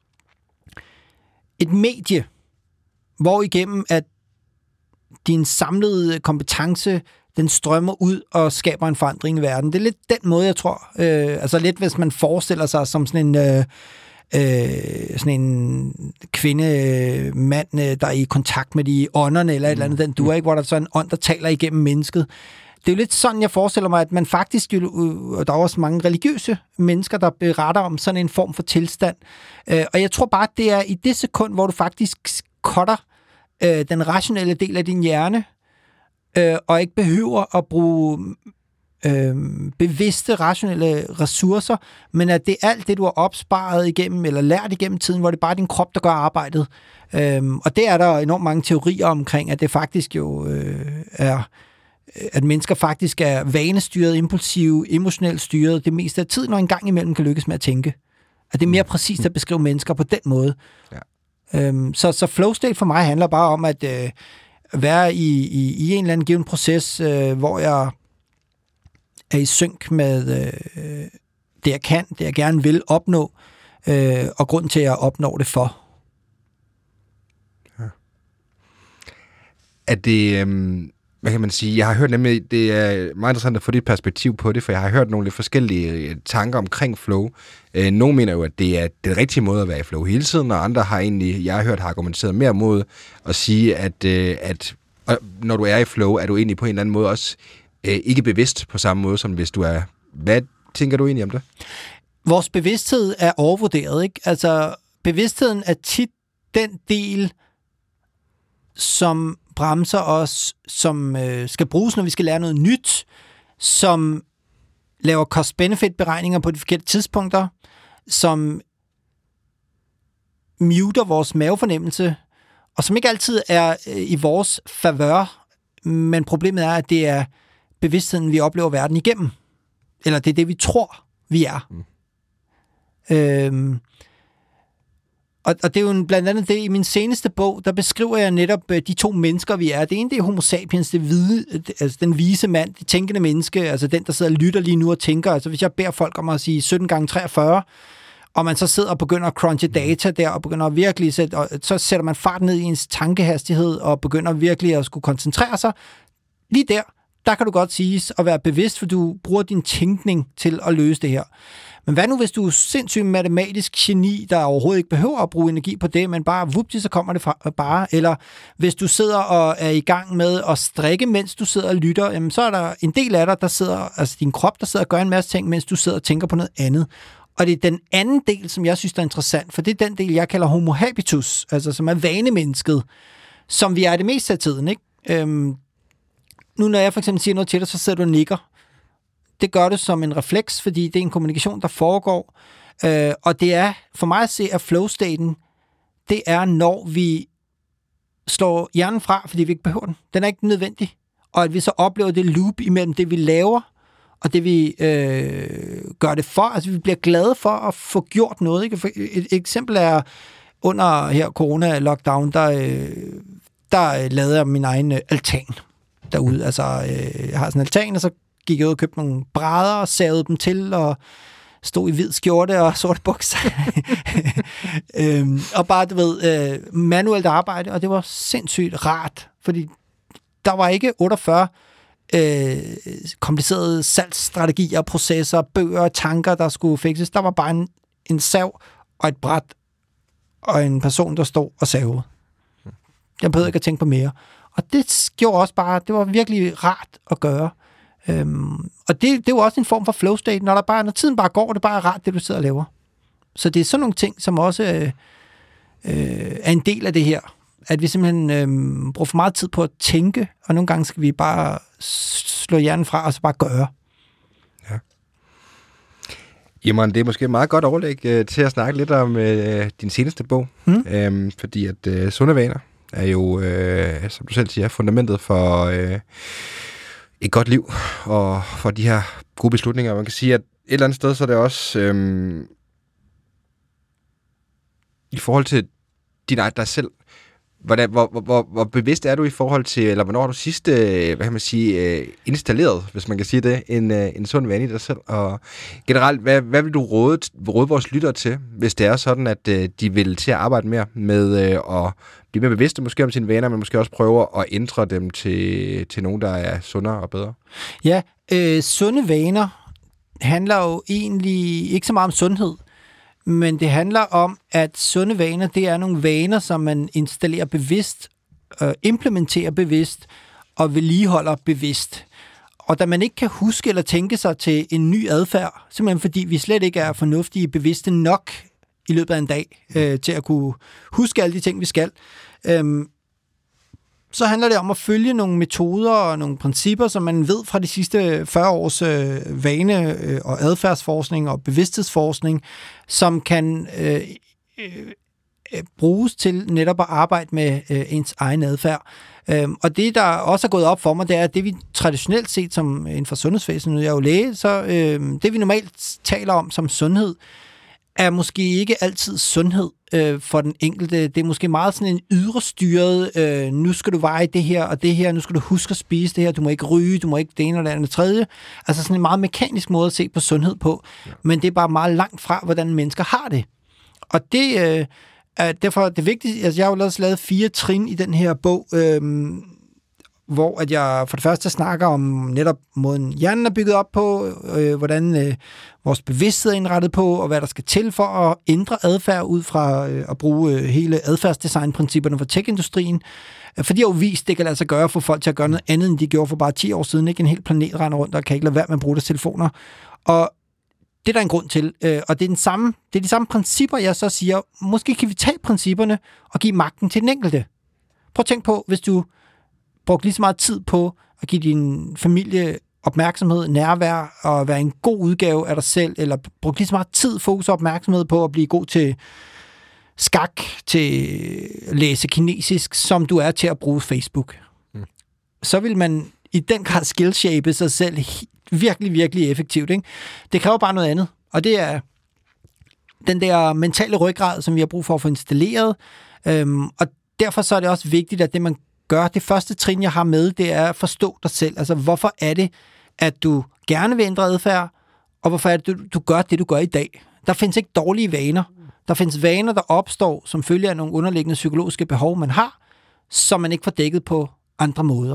et medie, hvor igennem at din samlede kompetence, den strømmer ud og skaber en forandring i verden. Det er lidt den måde, jeg tror. Øh, altså lidt, hvis man forestiller sig som sådan en, øh, øh, sådan en kvinde, mand, der er i kontakt med de ånderne, eller et eller andet, den du er ikke, hvor der er sådan en ånd, der taler igennem mennesket. Det er jo lidt sådan, jeg forestiller mig, at man faktisk, og der er også mange religiøse mennesker, der beretter om sådan en form for tilstand. Øh, og jeg tror bare, at det er i det sekund, hvor du faktisk cutter øh, den rationelle del af din hjerne, øh, og ikke behøver at bruge øh, bevidste, rationelle ressourcer, men at det er alt det, du har opsparet igennem, eller lært igennem tiden, hvor det er bare din krop, der gør arbejdet. Øh, og det er der enormt mange teorier omkring, at det faktisk jo øh, er, at mennesker faktisk er vanestyret, impulsive, emotionelt styret det meste af tiden, og en gang imellem kan lykkes med at tænke. At det er mere præcist at beskrive mennesker på den måde. Ja. Øhm, så, så flow state for mig handler bare om at øh, være i, i, i en eller anden given proces, øh, hvor jeg er i synk med øh, det, jeg kan, det, jeg gerne vil opnå, øh, og grund til, at jeg opnår det for. Ja. Er det... Øhm Hvad kan man sige? Jeg har hørt nemlig, det er meget interessant at få dit perspektiv på det, for jeg har hørt nogle lidt forskellige tanker omkring flow. Øh, nogle mener jo, at det er den rigtige måde at være i flow hele tiden, og andre har egentlig, jeg har hørt, har argumenteret mere mod at sige, at, øh, at når du er i flow, er du egentlig på en eller anden måde også øh, ikke bevidst på samme måde, som hvis du er. Hvad tænker du egentlig om det? Vores bevidsthed er overvurderet, ikke? Altså, bevidstheden er tit den del, som bremser os, som øh, skal bruges, når vi skal lære noget nyt, som laver cost-benefit-beregninger på de forkerte tidspunkter, som muter vores mavefornemmelse, og som ikke altid er øh, i vores favør, men problemet er, at det er bevidstheden, vi oplever verden igennem. Eller det er det, vi tror, vi er. Mm. Øhm, Og, og det er jo blandt andet det, i min seneste bog, der beskriver jeg netop de to mennesker, vi er. Det ene, det er homo sapiens, det hvide, altså den vise mand, det tænkende menneske, altså den, der sidder og lytter lige nu og tænker. Altså hvis jeg beder folk om at sige sytten gange treogfyrre, og man så sidder og begynder at crunche data der, og begynder at virkelig sætte, og så sætter man fart ned i ens tankehastighed, og begynder virkelig at skulle koncentrere sig. Lige der, der kan du godt siges at være bevidst, for du bruger din tænkning til at løse det her. Men hvad nu, hvis du er sindssygt matematisk geni, der overhovedet ikke behøver at bruge energi på det, men bare vupti, så kommer det fra, bare. Eller hvis du sidder og er i gang med at strikke, mens du sidder og lytter, jamen, så er der en del af dig, der sidder, altså din krop, der sidder og gør en masse ting, mens du sidder og tænker på noget andet. Og det er den anden del, som jeg synes, der er interessant, for det er den del, jeg kalder homo habitus, altså som er vanemennesket, som vi er det meste af tiden, ikke? Øhm, nu når jeg for eksempel siger noget til dig, så sidder du og nikker. Det gør det som en refleks, fordi det er en kommunikation, der foregår. Øh, og det er, for mig at se, at flow-staten, det er, når vi slår hjernen fra, fordi vi ikke behøver den. Den er ikke nødvendig. Og at vi så oplever det loop imellem det, vi laver, og det, vi øh, gør det for. Altså, vi bliver glade for at få gjort noget. Ikke? Et, et eksempel er, under her corona-lockdown, der, øh, der lavede jeg min egen altan derude. Altså, øh, jeg har sådan en altan, og så gik jeg ud og købte nogle brædder og savede dem til, og stod i hvid skjorte og sorte bukser. øhm, og bare, du ved, øh, manuelt arbejde, og det var sindssygt rart, fordi der var ikke otteogfyrre øh, komplicerede salgsstrategier, processer, bøger, tanker, der skulle fikses. Der var bare en, en sav og et bræt og en person, der stod og savede. Jeg behøvede ikke at tænke på mere. Og det gjorde også bare, det var virkelig rart at gøre. Øhm, og det, det er jo også en form for flow state, når, der bare, når tiden bare går, det bare er rart, det du sidder og laver. Så det er sådan nogle ting, som også øh, øh, er en del af det her. At vi simpelthen øh, bruger for meget tid på at tænke, og nogle gange skal vi bare slå hjernen fra, og så bare gøre. Ja. Jamen, det er måske et meget godt overlæg øh, til at snakke lidt om øh, din seneste bog. Mm. Øhm, fordi at øh, sunde vaner er jo, øh, som du selv siger, fundamentet for øh, et godt liv, og for de her gode beslutninger. Man kan sige, at et eller andet sted, så er det også øh, i forhold til din egen dig selv. Hvordan, hvor, hvor, hvor, hvor bevidst er du i forhold til, eller hvornår har du sidst, hvad kan man sige, installeret, hvis man kan sige det, en, en sund vane i dig selv? Og generelt, hvad, hvad vil du råde, råde vores lyttere til, hvis det er sådan, at de vil til at arbejde mere med at blive mere bevidste måske om sine vaner, men måske også prøve at ændre dem til, til nogen, der er sundere og bedre? Ja, øh, sunde vaner handler jo egentlig ikke så meget om sundhed, men det handler om, at sunde vaner, det er nogle vaner, som man installerer bevidst, øh, implementerer bevidst og vedligeholder bevidst. Og da man ikke kan huske eller tænke sig til en ny adfærd, simpelthen fordi vi slet ikke er fornuftige bevidste nok i løbet af en dag, øh, til at kunne huske alle de ting, vi skal, øh, så handler det om at følge nogle metoder og nogle principper, som man ved fra de sidste fyrre års øh, vane- øh, og adfærdsforskning og bevidsthedsforskning, som kan øh, øh, bruges til netop at arbejde med øh, ens egen adfærd. Øhm, og det, der også er gået op for mig, det er, at det vi traditionelt set som inden for sundhedsvæsenet, jeg er jo læge, så øh, det vi normalt taler om som sundhed, er måske ikke altid sundhed øh, for den enkelte. Det er måske meget sådan en ydrestyret, øh, nu skal du veje det her og det her, nu skal du huske at spise det her, du må ikke ryge, du må ikke det ene eller det andet tredje. Altså sådan en meget mekanisk måde at se på sundhed på, ja. Men det er bare meget langt fra, hvordan mennesker har det. Og det øh, er derfor det vigtige, altså jeg har jo lavet, lavet fire trin i den her bog, øh, hvor at jeg for det første snakker om netop måden hjernen er bygget op på, øh, hvordan øh, vores bevidsthed er indrettet på, og hvad der skal til for at ændre adfærd ud fra øh, at bruge øh, hele adfærdsdesignprincipperne for tech-industrien. For de har jo vist, det kan lade sig gøre for folk til at gøre noget andet, end de gjorde for bare ti år siden. Ikke en hel planet render rundt, og kan ikke lade være med at bruge deres telefoner. Og det er der en grund til, øh, og det er, den samme, det er de samme principper, jeg så siger, måske kan vi tage principperne og give magten til den enkelte. Prøv at tænk på, hvis du brugte lige så meget tid på at give din familie opmærksomhed, nærvær og være en god udgave af dig selv, eller brugte lige så meget tid, fokus og opmærksomhed på at blive god til skak, til at læse kinesisk, som du er til at bruge Facebook. Mm. Så vil man i den grad skillshape sig selv virkelig, virkelig effektivt. Ikke? Det kræver bare noget andet, og det er den der mentale ryggrad, som vi har brug for at få installeret, øhm, og derfor så er det også vigtigt, at det man gør, det første trin, jeg har med, det er at forstå dig selv. Altså, hvorfor er det, at du gerne vil ændre adfærd, og hvorfor er det, du, du gør det, du gør i dag? Der findes ikke dårlige vaner. Der findes vaner, der opstår, som følge af nogle underliggende psykologiske behov, man har, som man ikke får dækket på andre måder.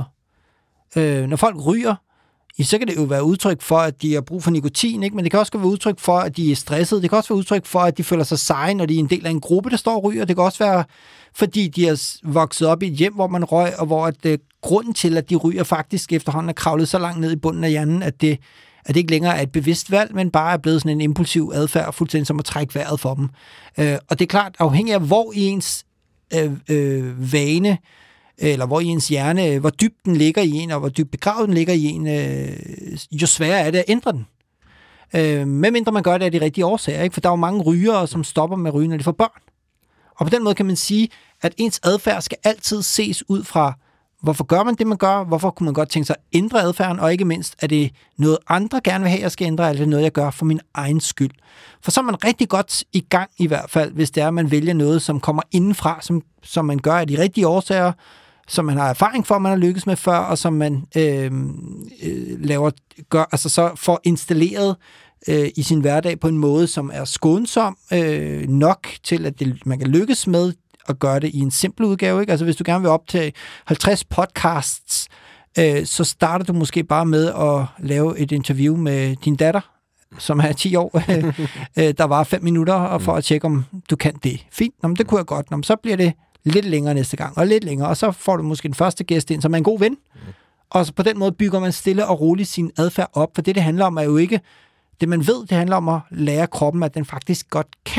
Øh, når folk ryger, så kan det jo være udtryk for, at de har brug for nikotin, ikke? Men det kan også være udtryk for, at de er stressede. Det kan også være udtryk for, at de føler sig seje, når de er en del af en gruppe, der står og ryger. Det kan også være, fordi de er vokset op i et hjem, hvor man røg, og hvor at, uh, grunden til, at de ryger faktisk efterhånden er kravlet så langt ned i bunden af hjernen, at det, at det ikke længere er et bevidst valg, men bare er blevet sådan en impulsiv adfærd, fuldstændig som at trække vejret for dem. Uh, og det er klart, afhængig af, hvor i ens øh, øh, vane, eller hvor i ens hjerne, hvor dybt den ligger i en, og hvor dybt begravet den ligger i en, øh, jo sværere er det at ændre den. Øh, medmindre man gør det af de rigtige årsager, ikke? For der er jo mange rygere, som stopper med at ryge, når de får børn. Og på den måde kan man sige, at ens adfærd skal altid ses ud fra, hvorfor gør man det, man gør, hvorfor kunne man godt tænke sig at ændre adfærden, og ikke mindst, er det noget andre gerne vil have, jeg skal ændre, eller er det noget, jeg gør for min egen skyld. For så er man rigtig godt i gang i hvert fald, hvis det er, at man vælger noget, som kommer indenfra, som, som man gør af de rigtige årsager, som man har erfaring for, man har lykkes med før, og som man øh, øh, laver, gør, altså så får installeret øh, i sin hverdag på en måde, som er skånsom øh, nok til, at det, man kan lykkes med at gøre det i en simpel udgave. Ikke? Altså hvis du gerne vil optage halvtreds podcasts, øh, så starter du måske bare med at lave et interview med din datter, som er ti år, øh, der var fem minutter, og for at tjekke, om du kan det. Fint, Nå, men det kunne jeg godt. Nå, men så bliver det lidt længere næste gang, og lidt længere, og så får du måske den første gæst ind, som er en god ven, Og så på den måde bygger man stille og roligt sin adfærd op, for det, det handler om, er jo ikke det, man ved. Det handler om at lære kroppen, at den faktisk godt kan.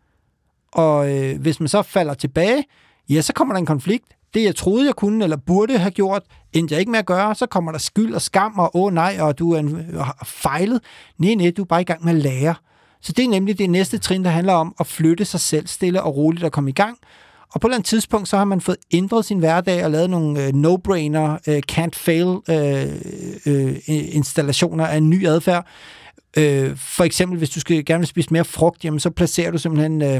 Og øh, hvis man så falder tilbage, ja, så kommer der en konflikt. Det, jeg troede, jeg kunne eller burde have gjort, endte jeg ikke med at gøre, så kommer der skyld og skam, og åh nej, og du er en, har fejlet. Nej, nej, du er bare i gang med at lære. Så det er nemlig det næste trin, der handler om at flytte sig selv stille og roligt og komme i gang. Og på et eller andet tidspunkt, så har man fået ændret sin hverdag og lavet nogle øh, no-brainer, øh, can't fail øh, øh, installationer af en ny adfærd. Øh, for eksempel, hvis du skal gerne vil spise mere frugt, jamen, så placerer du simpelthen øh,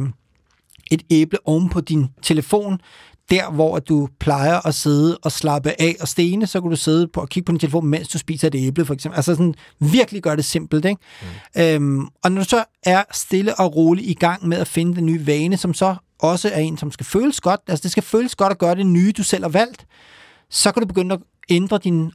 et æble oven på din telefon, der hvor du plejer at sidde og slappe af og stene, så kan du sidde på og kigge på din telefon, mens du spiser et æble, for eksempel. Altså sådan, virkelig gør det simpelt, ikke? Mm. Øhm, og når du så er stille og roligt i gang med at finde den nye vane, som så også er en, som skal føles godt, altså det skal føles godt at gøre det nye, du selv har valgt, så kan du begynde at ændre dine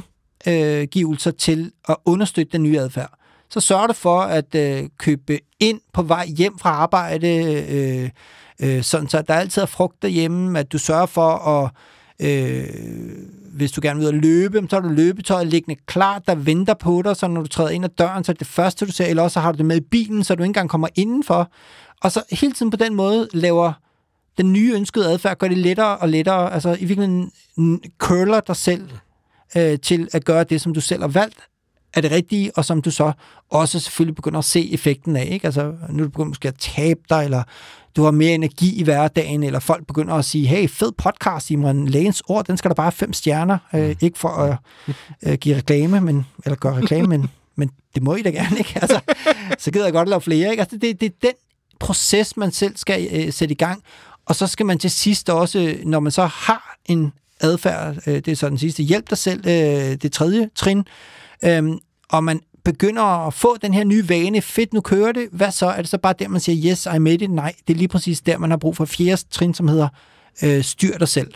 omgivelser til at understøtte den nye adfærd. Så sørger du for at øh, købe ind på vej hjem fra arbejde, øh, øh, sådan så der altid er frugt derhjemme, at du sørger for at, øh, hvis du gerne vil ud at løbe, så har du løbetøjet liggende klart, der venter på dig, så når du træder ind ad døren, så er det det første, du ser, eller også har du det med i bilen, så du ikke engang kommer indenfor. Og så hele tiden på den måde laver den nye ønskede adfærd, gør det lettere og lettere, altså i virkeligheden curler dig selv øh, til at gøre det, som du selv har valgt, er det rigtige, og som du så også selvfølgelig begynder at se effekten af, ikke? Altså, nu er du begyndt måske at tabe dig, eller du har mere energi i hverdagen, eller folk begynder at sige, hey, fed podcast, Imran, lægens ord, den skal der bare have fem stjerner, øh, ikke for at øh, give reklame, men, eller gøre reklame, men, men det må I da gerne, ikke? Altså, så gider jeg godt lave flere, ikke? Altså, det, det er den proces, man selv skal øh, sætte i gang, og så skal man til sidst også, når man så har en adfærd, øh, det er så den sidste, hjælp dig selv, øh, det tredje trin, Øhm, og man begynder at få den her nye vane, fedt, nu kører det, hvad så? Er det så bare der, man siger, yes, I made it? Nej, det er lige præcis der, man har brug for fjerde trin, som hedder øh, styr dig selv.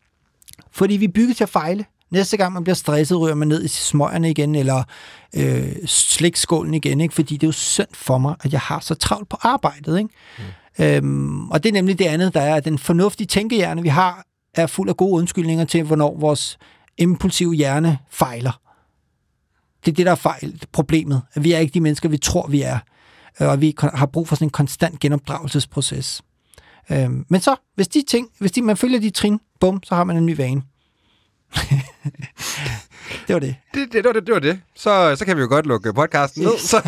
Fordi vi bygger til at fejle. Næste gang man bliver stresset, ryger man ned i smøgerne igen, eller øh, slikskålen igen, ikke? Fordi det er jo synd for mig, at jeg har så travlt på arbejdet. Ikke? Mm. Øhm, og det er nemlig det andet, der er, at den fornuftige tænkehjerne, vi har, er fuld af gode undskyldninger til, hvornår vores impulsive hjerne fejler. Det er det, der er fejl, problemet. At vi er ikke de mennesker, vi tror, vi er. Og vi har brug for sådan en konstant genopdragelsesproces. Øhm, men så, hvis de ting, hvis de, man følger de trin, bum, så har man en ny vane. det var det. Det, det, det, var det, det var det. Så, så kan vi jo godt lukke podcasten ned. Så.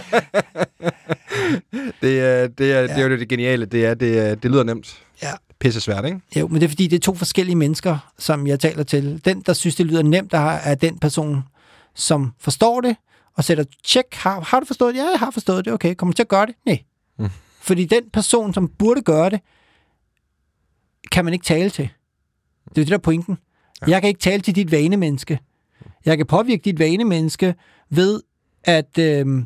det, er, det, er, ja. det er jo det geniale. Det, er, det, er, det lyder nemt. Ja. Pisse svært, ikke? Jo, men det er fordi, det er to forskellige mennesker, som jeg taler til. Den, der synes, det lyder nemt, der er den person, som forstår det, og sætter tjek, har, har du forstået det? Ja, jeg har forstået det. Okay, kommer du til at gøre det? Nej. Mm. Fordi den person, som burde gøre det, kan man ikke tale til. Det er det, der er pointen. Ja. Jeg kan ikke tale til dit vanemenneske. Jeg kan påvirke dit vanemenneske ved at øh,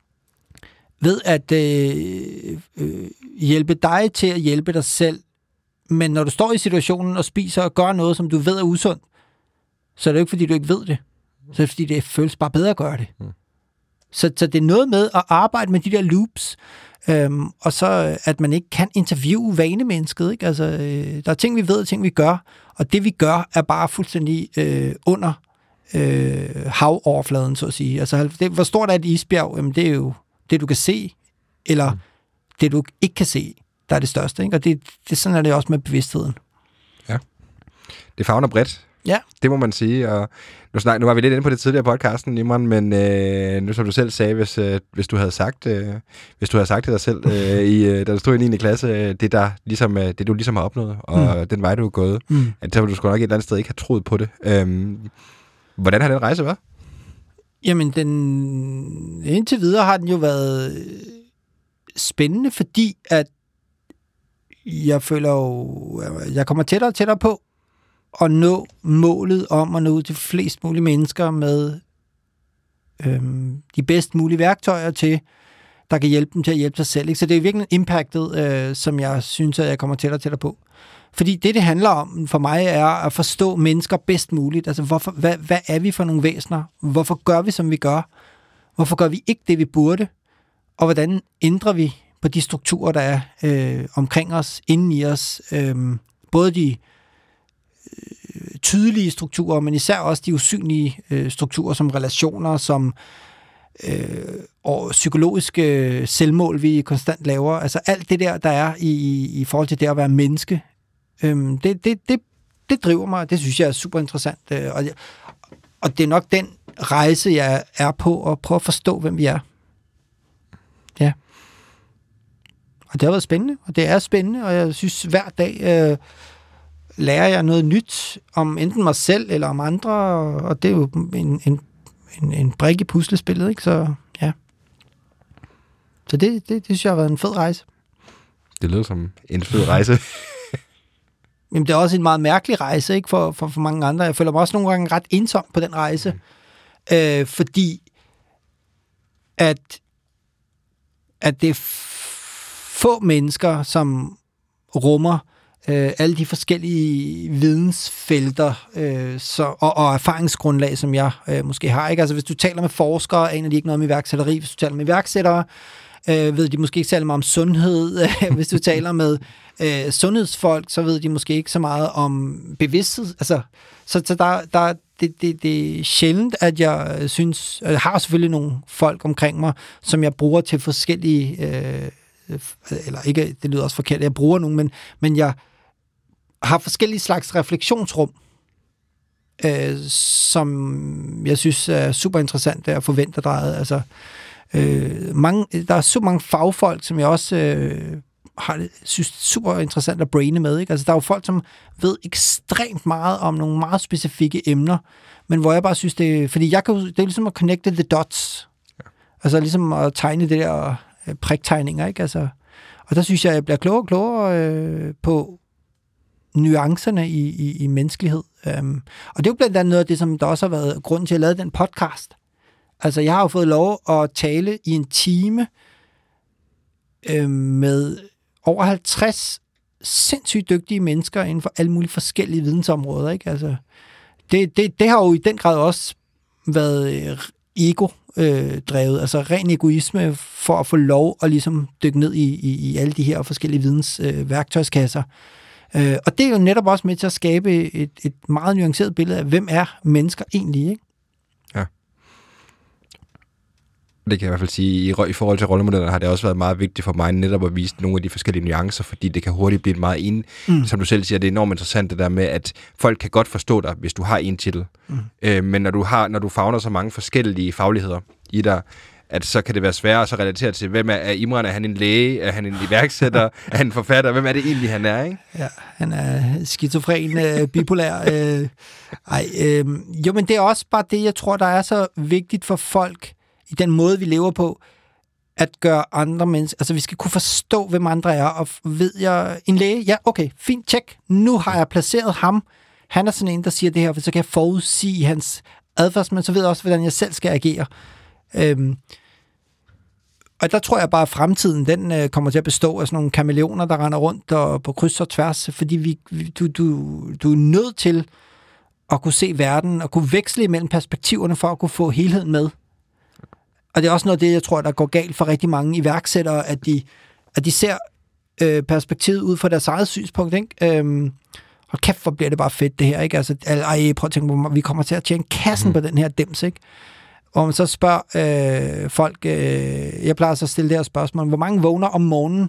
ved at øh, øh, hjælpe dig til at hjælpe dig selv. Men når du står i situationen og spiser og gør noget, som du ved er usundt, så er det jo ikke, fordi du ikke ved det. Så er det, fordi det føles bare bedre at gøre det. Mm. Så, så det er noget med at arbejde med de der loops, øhm, og så at man ikke kan interviewe vanemennesket. Ikke? Altså, øh, der er ting, vi ved, og ting, vi gør, og det, vi gør, er bare fuldstændig øh, under øh, havoverfladen, så at sige. Altså, det, hvor stort er et isbjerg? Jamen, det er jo det, du kan se, eller mm. det, du ikke kan se, der er det største. Ikke? Og det, det, sådan er det også med bevidstheden. Ja. Det favner bredt. Ja. Det må man sige, og nu, snak, nu var vi lidt inde på det tidligere podcasten, Imran, men øh, nu som du selv sagde, hvis, øh, hvis du havde sagt øh, hvis du havde sagt til dig selv, øh, i, øh, da du stod i niende klasse, øh, det, der ligesom, øh, det du ligesom har opnået, og mm. den vej, du er gået, mm. at så ville du sgu nok et eller andet sted ikke have troet på det. Øhm, hvordan har den rejse været? Jamen, den, indtil videre har den jo været spændende, fordi at jeg føler jo, jeg kommer tættere og tættere på at nå målet om at nå ud til flest mulige mennesker med øhm, de bedst mulige værktøjer til, der kan hjælpe dem til at hjælpe sig selv. Ikke? Så det er virkelig impactet, øh, som jeg synes, at jeg kommer tættere og tættere på. Fordi det, det handler om for mig, er at forstå mennesker bedst muligt. Altså, hvorfor, hvad, hvad er vi for nogle væsener? Hvorfor gør vi, som vi gør? Hvorfor gør vi ikke det, vi burde? Og hvordan ændrer vi på de strukturer, der er øh, omkring os, inden i os? Øh, både de tydelige strukturer, men især også de usynlige øh, strukturer, som relationer, som øh, og psykologiske selvmål, vi konstant laver. Altså alt det der, der er i, i forhold til det at være menneske, øh, det, det, det, det driver mig, det synes jeg er super interessant. Øh, og, og det er nok den rejse, jeg er på, at prøve at forstå, hvem vi er. Ja. Og det har været spændende, og det er spændende, og jeg synes, hver dag øh, lærer jeg noget nyt om enten mig selv eller om andre, og det er jo en, en, en, en brik i puslespillet, ikke? Så ja. Så det, det, det synes jeg har været en fed rejse. Det lyder som en fed rejse. Men det er også en meget mærkelig rejse, ikke? For, for, for mange andre. Jeg føler mig også nogle gange ret ensom på den rejse, mm. øh, fordi at, at det er få mennesker, som rummer øh, alle de forskellige vidensfelter øh, så, og, og erfaringsgrundlag, som jeg øh, måske har. Ikke? Altså, hvis du taler med forskere, aner de ikke noget om iværksætteri. Hvis du taler med iværksættere, øh, ved de måske ikke særlig meget om sundhed. Hvis du taler med øh, sundhedsfolk, så ved de måske ikke så meget om bevidsthed. Altså, så, så der, der, det, det, det er sjældent, at jeg synes... Jeg har selvfølgelig nogle folk omkring mig, som jeg bruger til forskellige... Øh, eller ikke, det lyder også forkert, jeg bruger nogen, men, men jeg har forskellige slags refleksionsrum, øh, som jeg synes er super interessant at forvente drejet. Altså, øh, mange, der er super mange fagfolk, som jeg også øh, har, synes super interessant at braine med. Ikke? Altså, der er jo folk, som ved ekstremt meget om nogle meget specifikke emner, men hvor jeg bare synes, det fordi jeg kan, det er ligesom at connecte the dots. Ja. Altså ligesom at tegne det der priktegninger, ikke? Altså, og der synes jeg, at jeg bliver klogere og klogere øh, på nuancerne i, i, i menneskelighed. Um, og det er jo blandt andet noget af det, som der også har været grunden til at lave den podcast. Altså, jeg har jo fået lov at tale i en time øh, med over halvtreds sindssygt dygtige mennesker inden for alle mulige forskellige vidensområder, ikke? Altså, det, det, det har jo i den grad også været øh, ego Øh, drevet, altså ren egoisme for at få lov at ligesom dykke ned i, i, i alle de her forskellige videns øh, værktøjskasser. Øh, og det er jo netop også med til at skabe et, et meget nuanceret billede af, hvem er mennesker egentlig, ikke? Ja. Det kan jeg i hvert fald sige, i, i forhold til rollemodellerne har det også været meget vigtigt for mig netop at vise nogle af de forskellige nuancer, fordi det kan hurtigt blive meget en, mm. som du selv siger, det er enormt interessant det der med, at folk kan godt forstå dig, hvis du har en titel. Mm. Øh, men når du har, når du favner så mange forskellige fagligheder i dig, at så kan det være sværere at så relatere til, hvem er, er Imran? Er han en læge? Er han en iværksætter? Er han en forfatter? Hvem er det egentlig, han er, ikke? Ja, han er skizofren, øh, bipolær. Øh, ej, øh, jo, men det er også bare det, jeg tror, der er så vigtigt for folk, i den måde, vi lever på, at gøre andre mennesker... Altså, vi skal kunne forstå, hvem andre er, og ved jeg... En læge? Ja, okay, fint, tjek. Nu har jeg placeret ham. Han er sådan en, der siger det her, for så kan jeg forudsige hans adfærd, men så ved jeg også, hvordan jeg selv skal agere. Øhm, og der tror jeg bare, at fremtiden, den øh, kommer til at bestå af sådan nogle kameleoner, der render rundt og på kryds og tværs, fordi vi, vi, du, du, du er nødt til at kunne se verden, og kunne veksle imellem perspektiverne, for at kunne få helheden med. Og det er også noget af det, jeg tror, der går galt for rigtig mange iværksættere, at de, at de ser øh, perspektivet ud fra deres eget synspunkt, ikke? Øhm, og kæft, hvor bliver det bare fedt, det her, ikke? Altså, ej, prøv at tænke på, vi kommer til at tjene kassen mm. på den her dims, ikke? Og man så spørger øh, folk, øh, jeg plejer så at stille det her spørgsmål, hvor mange vågner om morgenen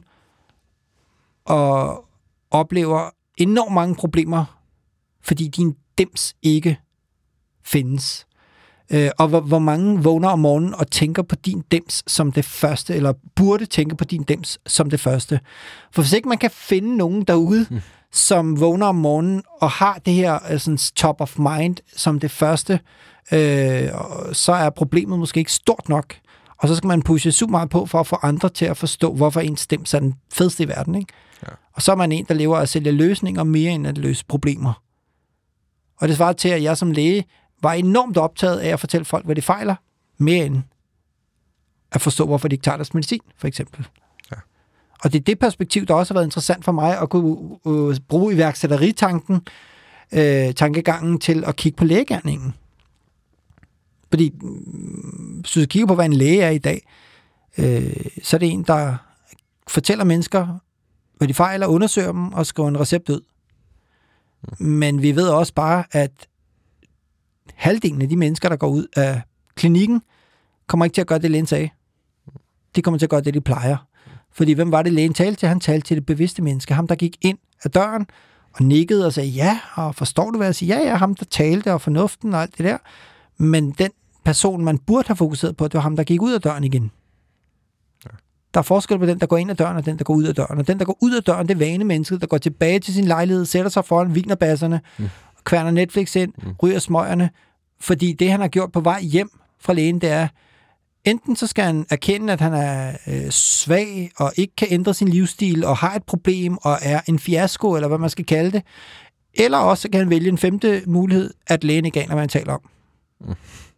og oplever enormt mange problemer, fordi din dims ikke findes. Øh, og hvor, hvor mange vågner om morgenen og tænker på din dims som det første, eller burde tænke på din dims som det første. For hvis ikke man kan finde nogen derude, mm. som vågner om morgenen og har det her sådan, top of mind som det første, øh, så er problemet måske ikke stort nok. Og så skal man pushe super meget på for at få andre til at forstå, hvorfor ens dims er den fedeste i verden. Ikke? Ja. Og så er man en, der lever af at sælge løsninger mere end at løse problemer. Og det svarer til, at jeg som læge var enormt optaget af at fortælle folk, hvad de fejler, mere end at forstå, hvorfor de ikke tager deres medicin, for eksempel. Ja. Og det er det perspektiv, der også har været interessant for mig, at kunne uh, bruge iværksætteritanken, øh, tankegangen til at kigge på lægegerningen. Fordi, hvis du kigger på, hvad en læge er i dag, øh, så er det en, der fortæller mennesker, hvad de fejler, undersøger dem og skriver en recept ud. Men vi ved også bare, at halvdelen af de mennesker, der går ud af klinikken, kommer ikke til at gøre det, lægen sagde. De kommer til at gøre det, de plejer. Fordi hvem var det, lægen talte til? Han talte til det bevidste menneske. Ham, der gik ind ad døren og nikkede og sagde, ja, og forstår du, hvad jeg siger? Ja, ja, ham, der talte, og fornuften og alt det der. Men den person, man burde have fokuseret på, det var ham, der gik ud af døren igen. Ja. Der er forskel på den, der går ind ad døren, og den, der går ud af døren. Og den, der går ud af døren, det er vanemennesket, der går tilbage til sin lejlighed, sætter sig foran wienerbasserne, mm. kværner Netflix ind, mm. ryger smøgerne. Fordi det, han har gjort på vej hjem fra lægen, det er, enten så skal han erkende, at han er øh, svag og ikke kan ændre sin livsstil og har et problem og er en fiasko, eller hvad man skal kalde det. Eller også kan han vælge en femte mulighed, at lægen ikke aner, hvad han taler om. Mm.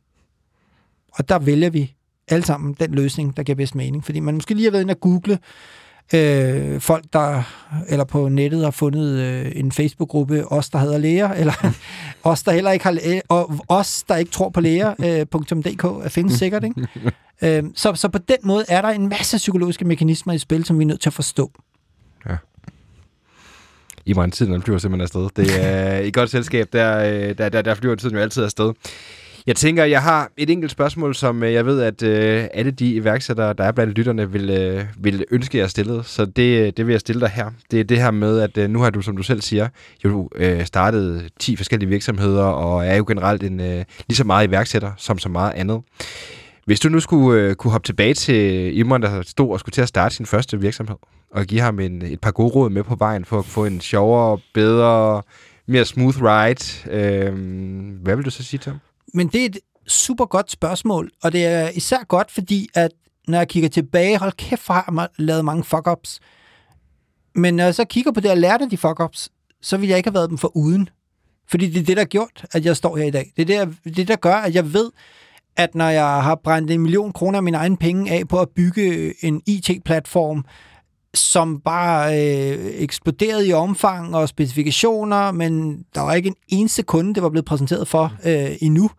Og der vælger vi alle sammen den løsning, der giver bedst mening. Fordi man måske lige har været inde og google øh, folk, der eller på nettet har fundet øh, en Facebook-gruppe, os, der hedder læger, eller os, der heller ikke har læger, og os, der ikke tror på læger, øh, .dk, findes sikkert, ikke? øh, så, så på den måde er der en masse psykologiske mekanismer i spil, som vi er nødt til at forstå. Ja. Imran, tiden flyver simpelthen afsted. Det er et godt selskab, der, der, der, der flyver tiden jo altid afsted. Jeg tænker, jeg har et enkelt spørgsmål, som jeg ved, at øh, alle de iværksættere, der er blandt lytterne, vil, øh, vil ønske jer stillet. Så det, det vil jeg stille dig her. Det er det her med, at øh, nu har du, som du selv siger, jo øh, startet ti forskellige virksomheder, og er jo generelt en øh, lige så meget iværksætter, som så meget andet. Hvis du nu skulle øh, kunne hoppe tilbage til Imran, der stod og skulle til at starte sin første virksomhed, og give ham en, et par gode råd med på vejen for at få en sjovere, bedre, mere smooth ride, øh, hvad vil du så sige til ham? Men det er et super godt spørgsmål, og det er især godt, fordi at når jeg kigger tilbage, hold kæft, har jeg lavet mange fuck-ups. Men når jeg så kigger på det og lærte de fuck-ups, så ville jeg ikke have været dem for uden. Fordi det er det, der har gjort, at jeg står her i dag. Det er det, det der gør, at jeg ved, at når jeg har brændt en million kroner af mine egne penge af på at bygge en I T-platform, som bare øh, eksploderede i omfang og specifikationer, men der var ikke en eneste kunde, det var blevet præsenteret for øh, endnu.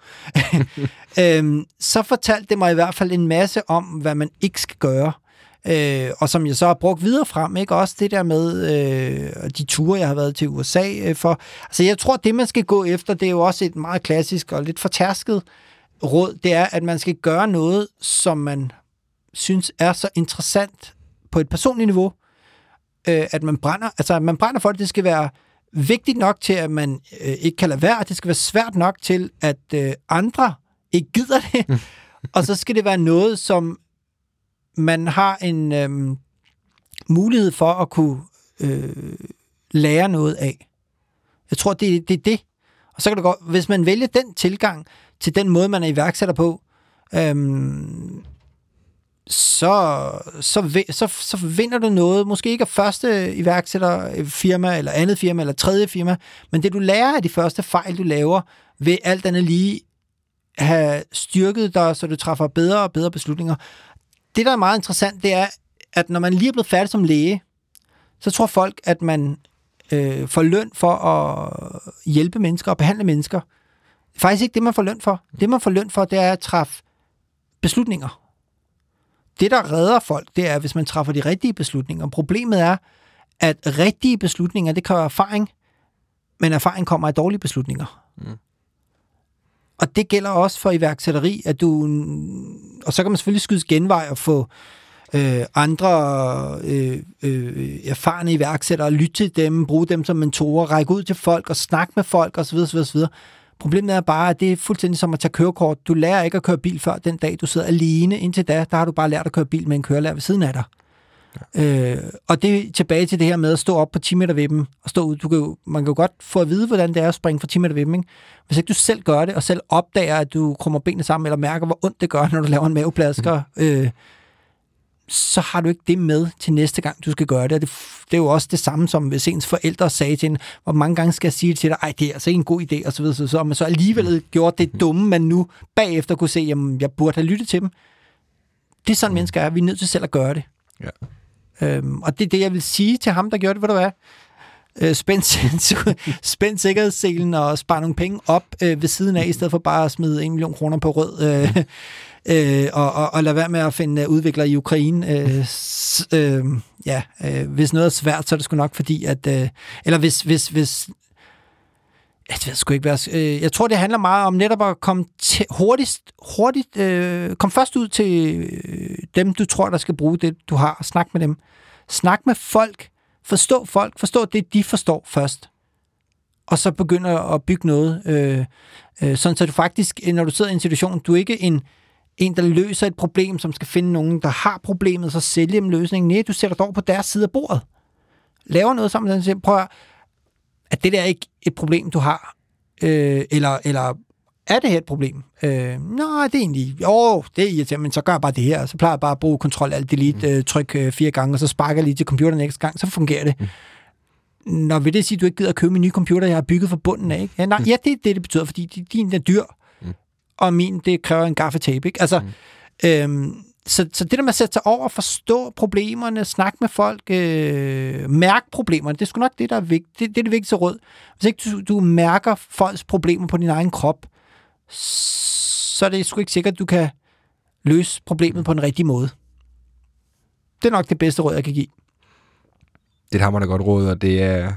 øhm, så fortalte det mig i hvert fald en masse om, hvad man ikke skal gøre. Øh, og som jeg så har brugt videre frem, ikke? Også det der med øh, de ture, jeg har været til U S A øh, for. Altså jeg tror, det man skal gå efter, det er jo også et meget klassisk og lidt fortærsket råd, det er, at man skal gøre noget, som man synes er så interessant på et personligt niveau, øh, at man brænder, altså at man brænder for det, det skal være vigtigt nok til, at man øh, ikke kan lade være, det skal være svært nok til, at øh, andre ikke gider det, mm. og så skal det være noget, som man har en øh, mulighed for at kunne øh, lære noget af. Jeg tror, det, det er det. Og så kan det gå, hvis man vælger den tilgang til den måde, man er iværksætter på, øh, Så, så, så, så vinder du noget, måske ikke af første iværksætterfirma, eller andet firma, eller tredje firma, men det du lærer af de første fejl, du laver, vil alt andet lige have styrket dig, så du træffer bedre og bedre beslutninger. Det, der er meget interessant, det er, at når man lige er blevet færdig som læge, så tror folk, at man øh, får løn for at hjælpe mennesker og behandle mennesker. Det er faktisk ikke det, man får løn for. Det, man får løn for, det er at træffe beslutninger. Det, der redder folk, det er, hvis man træffer de rigtige beslutninger. Problemet er, at rigtige beslutninger, det kræver erfaring, men erfaring kommer af dårlige beslutninger. Mm. Og det gælder også for iværksætteri, at du... Og så kan man selvfølgelig skyde genvej og få øh, andre øh, øh, erfarne iværksættere, lytte til dem, bruge dem som mentorer, række ud til folk og snakke med folk osv. osv., osv. Problemet er bare, at det er fuldstændig som at tage kørekort. Du lærer ikke at køre bil før den dag, du sidder alene. Indtil da, der har du bare lært at køre bil med en kørelærer ved siden af dig. Ja. Øh, og det er tilbage til det her med at stå op på ti meter vippen og stå ud. Du kan jo, man kan jo godt få at vide, hvordan det er at springe fra ti meter vippen, ikke? Hvis ikke du selv gør det, og selv opdager, at du krummer benene sammen, eller mærker, hvor ondt det gør, når du laver en maveplasker, mm. øh, så har du ikke det med til næste gang, du skal gøre det. Og det, det er jo også det samme, som hvis ens forældre sagde til en, hvor mange gange skal jeg sige til dig, ej, det er altså en god idé, og så videre, så, så man så alligevel mm. gjort det dumme, man nu bagefter kunne se, jamen, jeg burde have lyttet til dem. Det er sådan, mm. mennesker er. Vi er nødt til selv at gøre det. Ja. Øhm, og det er det, jeg vil sige til ham, der gjorde det, ved du hvad? Øh, spænd, spænd sikkerhedsselen og spare nogle penge op øh, ved siden af, i stedet for bare at smide en million kroner på rød, øh, øh, og, og, og lade være med at finde udviklere i Ukraine. Øh, s, øh, ja, øh, hvis noget er svært, så er det sgu nok fordi, at... Øh, eller hvis, hvis, hvis, Jeg ved sgu ikke, hvad... Øh, jeg tror, det handler meget om netop at komme til, hurtigst, hurtigt... Øh, kom først ud til øh, dem, du tror, der skal bruge det, du har, og snak med dem. Snak med folk. Forstå folk. Forstå det, de forstår først. Og så begynder at bygge noget. Øh, øh, sådan så du faktisk, når du sidder i en situation, du er ikke en, en, der løser et problem, som skal finde nogen, der har problemet, så sælge dem løsningen. Nej, du sætter dig over på deres side af bordet. Laver noget sammen, og siger, prøv at, at det der er ikke et problem, du har. Øh, eller, eller er det her et problem? Øh, nej, det er egentlig... Jo, det er irriterende, men så gør jeg bare det her. Så plejer jeg bare at bruge kontrol alt delete, mm. øh, tryk øh, fire gange, og så sparker jeg lige til computeren næste gang, så fungerer det. Mm. Nå, vil det sige, at du ikke gider at købe en ny computer, jeg har bygget fra bunden af, ikke? Ja, nej, mm. ja det er det, det betyder, fordi din er dyr, mm. og min, det kræver en gaffetape, ikke? Altså, mm. øhm, så, så det der med at sætte sig over, forstå problemerne, snakke med folk, øh, mærke problemerne, det er sgu nok det, der er vigtigt. Det, det er det vigtigste råd. Hvis ikke du, du mærker folks problemer på din egen krop, så er det sgu ikke sikkert, at du kan løse problemet på en rigtig måde. Det er nok det bedste råd, jeg kan give. Det er et hamrende godt råd, og det er...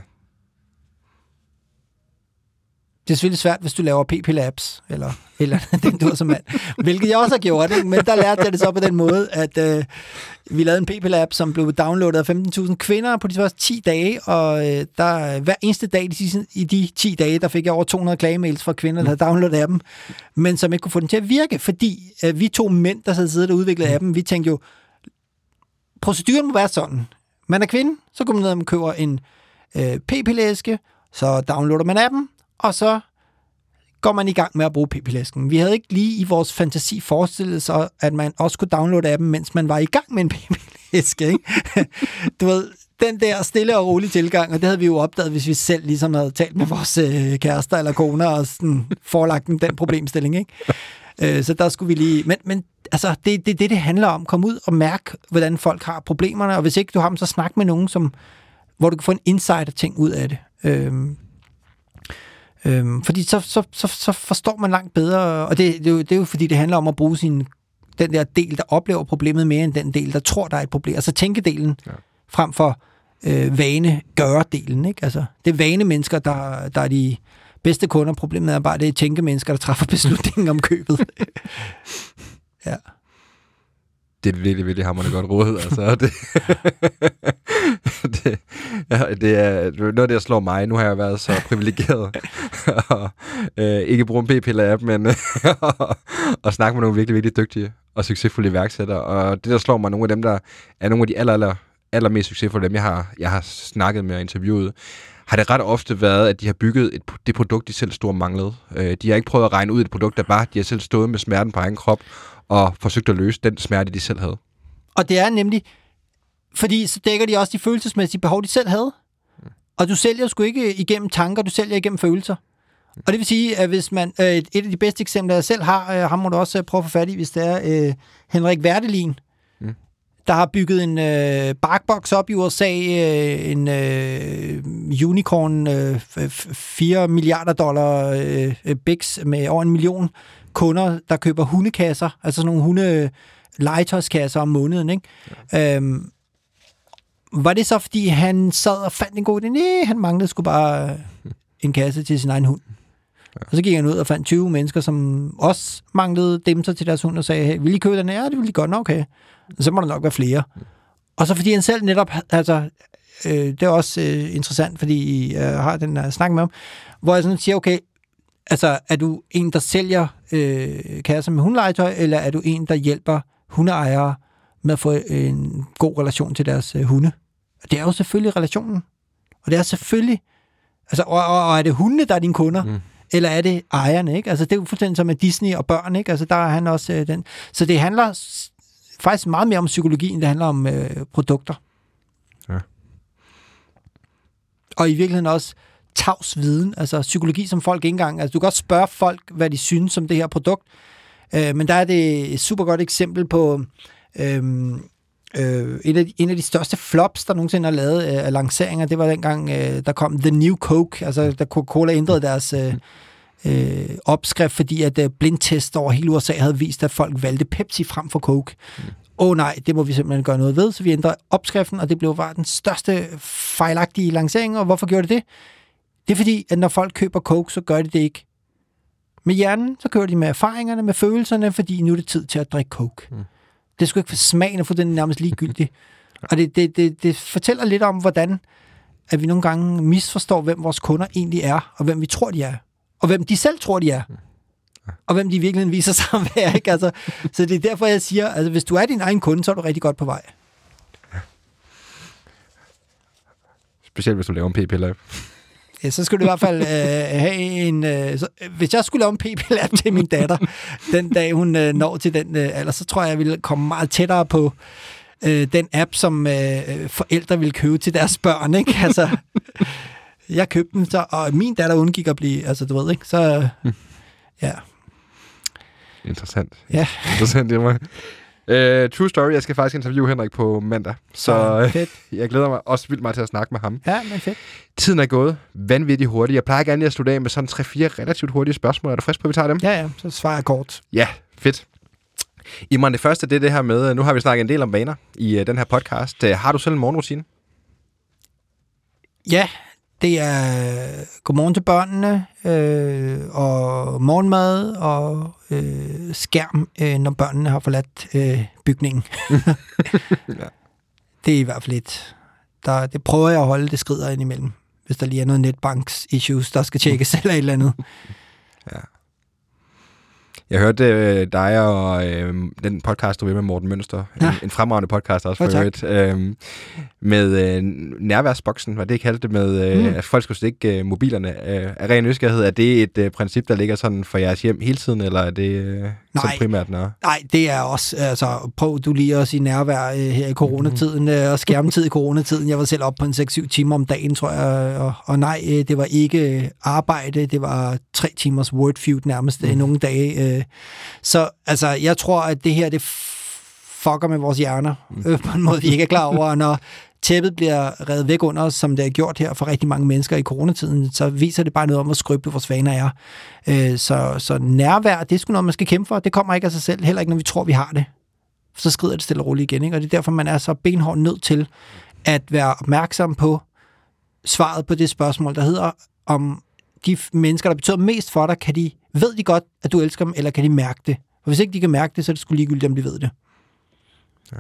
Det er selvfølgelig svært, hvis du laver P P Labs, eller, eller den du som mand. Hvilket jeg også har gjort, ikke? Men der lærte jeg det så på den måde, at øh, vi lavede en P P Lab, som blev downloadet af femten tusind kvinder på de første ti dage, og øh, der, hver eneste dag de sidste, i de ti dage, der fik jeg over to hundrede klagemails fra kvinder, der havde downloadet appen, men som ikke kunne få den til at virke, fordi øh, vi to mænd, der havde siddet og udviklet appen, vi tænkte jo, proceduren må være sådan. Man er kvinde, så går man ned og køber en øh, P P-læske, så downloader man appen, og så går man i gang med at bruge P P-læsken. Vi havde ikke lige i vores fantasi forestillet sig, at man også kunne downloade appen, mens man var i gang med en P P-læske, ikke? Du ved, den der stille og rolige tilgang, og det havde vi jo opdaget, hvis vi selv ligesom havde talt med vores øh, kærester eller koner, og sådan forelagt dem den problemstilling, ikke? Øh, så der skulle vi lige... Men, men altså, det er det, det, det handler om. Kom ud og mærk, hvordan folk har problemerne, og hvis ikke du har dem, så snak med nogen, som, hvor du kan få en insider-ting ud af det. Øhm, øhm, fordi så, så, så, så forstår man langt bedre, og det, det, er jo, det er jo fordi, det handler om at bruge sin, den der del, der oplever problemet mere end den del, der tror, der er et problem. Altså tænkedelen ja. frem for øh, vane-gøre-delen, ikke? Altså, det er vanemennesker, der, der er de bedste kunder. Problemet er bare, det er tænkemennesker, der træffer beslutningen om købet. Ja. Det er virkelig, virkelig hamrende godt råd, altså. Det, det, ja, det er noget af det, der slår mig. Nu har jeg været så privilegeret og øh, ikke bruge en P P-lab, men og snakke med nogle virkelig, virkelig dygtige og succesfulde iværksættere. Og det, der slår mig, nogle af dem, der er nogle af de aller, aller, allermest succesfulde, dem jeg har, jeg har snakket med og interviewet, har det ret ofte været, at de har bygget et, det produkt, de selv stort manglede. Øh, de har ikke prøvet at regne ud et produkt, der bare, de har selv stået med smerten på egen krop, og forsøgt at løse den smerte, de selv havde. Og det er nemlig, fordi så dækker de også de følelsesmæssige behov, de selv havde. Mm. Og du sælger sgu ikke igennem tanker, du sælger igennem følelser. Mm. Og det vil sige, at hvis man, øh, et af de bedste eksempler, jeg selv har, øh, ham må du også prøve at få fat i, hvis det er øh, Henrik Verdelin, mm. der har bygget en øh, barkboks op i U S A, øh, en øh, unicorn, øh, fire milliarder dollar øh, biks med over en million kunder, der køber hundekasser, altså sådan nogle hunde legetøjskasser om måneden, ikke? Ja. Øhm, var det så, fordi han sad og fandt en god idé? Nej, han manglede sgu bare en kasse til sin egen hund. Ja. Og så gik han ud og fandt tyve mennesker, som også manglede dimser til deres hund, og sagde, hey, vil I købe den her? Ja, det vil de godt nok, okay. Og så må der nok være flere. Ja. Og så fordi han selv netop, altså, øh, det er også øh, interessant, fordi jeg har den der snak med ham, hvor jeg sådan siger, okay, altså, er du en, der sælger øh, kasser med hundelegetøj, eller er du en, der hjælper hundeejere med at få en god relation til deres øh, hunde? Og det er jo selvfølgelig relationen. Og det er selvfølgelig... Altså, og, og, og er det hundene, der er dine kunder? Mm. Eller er det ejerne, ikke? Altså, det er jo fuldstændig som med Disney og børn, ikke? Altså, der er han også øh, den... Så det handler faktisk meget mere om psykologi, end det handler om øh, produkter. Ja. Og i virkeligheden også tavs viden, altså psykologi, som folk ikke engang... Altså, du kan godt spørge folk, hvad de synes om det her produkt, øh, men der er det et super godt eksempel på øh, øh, en, af de, en af de største flops, der nogensinde har lavet øh, af lanceringer. Det var dengang, øh, der kom The New Coke, altså da Coca-Cola ændrede deres øh, øh, opskrift, fordi at øh, blindtest over hele U S A havde vist, at folk valgte Pepsi frem for Coke. Åh oh, nej, det må vi simpelthen gøre noget ved, så vi ændrede opskriften, og det blev bare den største fejlagtige lancering, og hvorfor gjorde det det? Det er fordi, at når folk køber coke, så gør de det ikke med hjernen, så kører de med erfaringerne, med følelserne, fordi nu er det tid til at drikke coke. Mm. Det skulle ikke være smagen, for den er nærmest ligegyldig. Og det, det, det, det fortæller lidt om, hvordan at vi nogle gange misforstår, hvem vores kunder egentlig er, og hvem vi tror, de er. Og hvem de selv tror, de er. Og hvem de virkelig viser sig at være. Ikke? Altså, så det er derfor, jeg siger, altså, hvis du er din egen kunde, så er du rigtig godt på vej. Specielt hvis du laver en P P-lab. Ja, så skulle du i hvert fald øh, have en... Øh, så, hvis jeg skulle lave en P P-lab til min datter, den dag hun øh, når til den øh, alder, så tror jeg, jeg ville komme meget tættere på øh, den app, som øh, forældre ville købe til deres børn, ikke? Altså, jeg købte den, så, og min datter undgik at blive... Altså, du ved, ikke? Så... Ja. Interessant. Ja. Interessant, det var... Uh, true story, jeg skal faktisk interviewe Henrik på mandag, så ja, fedt. Jeg glæder mig også vildt meget til at snakke med ham. Ja, men fedt. Tiden er gået vanvittigt hurtigt. Jeg plejer gerne lige at slutte af med sådan tre fire relativt hurtige spørgsmål. Er du frisk på, at vi tager dem? Ja, ja, så svarer jeg kort. Ja, fedt. Imran, det første, det er det her med, nu har vi snakket en del om vaner i uh, den her podcast. Uh, har du selv en morgenrutine? Ja, det er godmorgen til børnene, øh, og morgenmad, og øh, skærm, øh, når børnene har forladt øh, bygningen. Ja. Det er i hvert fald et. Der, det prøver jeg at holde, det skrider ind imellem, hvis der lige er noget netbanks-issues, der skal tjekkes eller et eller andet. Ja. Jeg hørte øh, dig og øh, den podcast, du er med Morten Mønster. Ja. En, en fremragende podcast også, for øvrigt. Øh, med øh, nærværsboksen, hvad det kaldte med, øh, mm. at folk skulle stikke øh, mobilerne. Øh, af ren nysgerrighed, er det et øh, princip, der ligger sådan for jeres hjem hele tiden, eller er det øh, så primært noget? Nej, det er også, altså prøv du lige at sige nærvær øh, her i coronatiden, øh, og skærmtid i coronatiden. Jeg var selv op på en seks syv timer om dagen, tror jeg, og, og nej, øh, det var ikke arbejde, det var tre timers wordfeud nærmest mm. nogle dage. Øh. Så altså, jeg tror, at det her, det fucker med vores hjerner, øh, på en måde, vi ikke er klar over, når tæppet bliver revet væk under os, som det er gjort her for rigtig mange mennesker i coronatiden, så viser det bare noget om, hvor skrøbelige vores vaner er. Øh, så, så nærvær, det er sgu noget, man skal kæmpe for. Det kommer ikke af sig selv, heller ikke, når vi tror, vi har det. Så skrider det stille og roligt igen, ikke? Og det er derfor, man er så benhård nødt til at være opmærksom på svaret på det spørgsmål, der hedder, om de mennesker, der betyder mest for dig, kan de, ved de godt, at du elsker dem, eller kan de mærke det? Og hvis ikke de kan mærke det, så er det sgu ligegyldigt, om de ved det. Ja.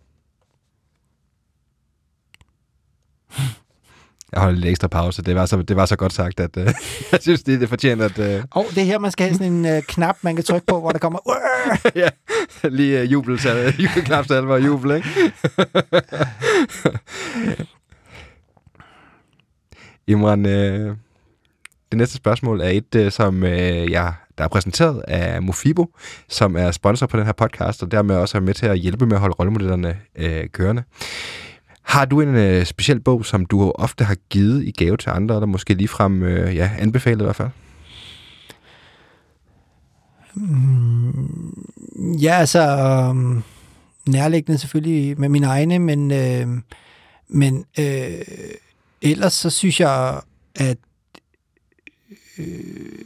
Jeg holder lidt ekstra pause. Det var så, det var så godt sagt, at uh, jeg synes, det, det fortjener, at... Uh... Og det er her, man skal have sådan en uh, knap, man kan trykke på, hvor der kommer... Ja, lige uh, jubel, jubelknap til alvor jubel, ikke? Imran, uh, det næste spørgsmål er et, uh, som uh, jeg, der er præsenteret af Mofibo, som er sponsor på den her podcast, og dermed også er med til at hjælpe med at holde rollemodellerne uh, kørende. Har du en øh, speciel bog, som du ofte har givet i gave til andre, eller måske ligefrem øh, ja, anbefalet i hvert fald? Mm, ja, altså øh, nærliggende selvfølgelig med mine egne, men, øh, men øh, ellers så synes jeg, at øh,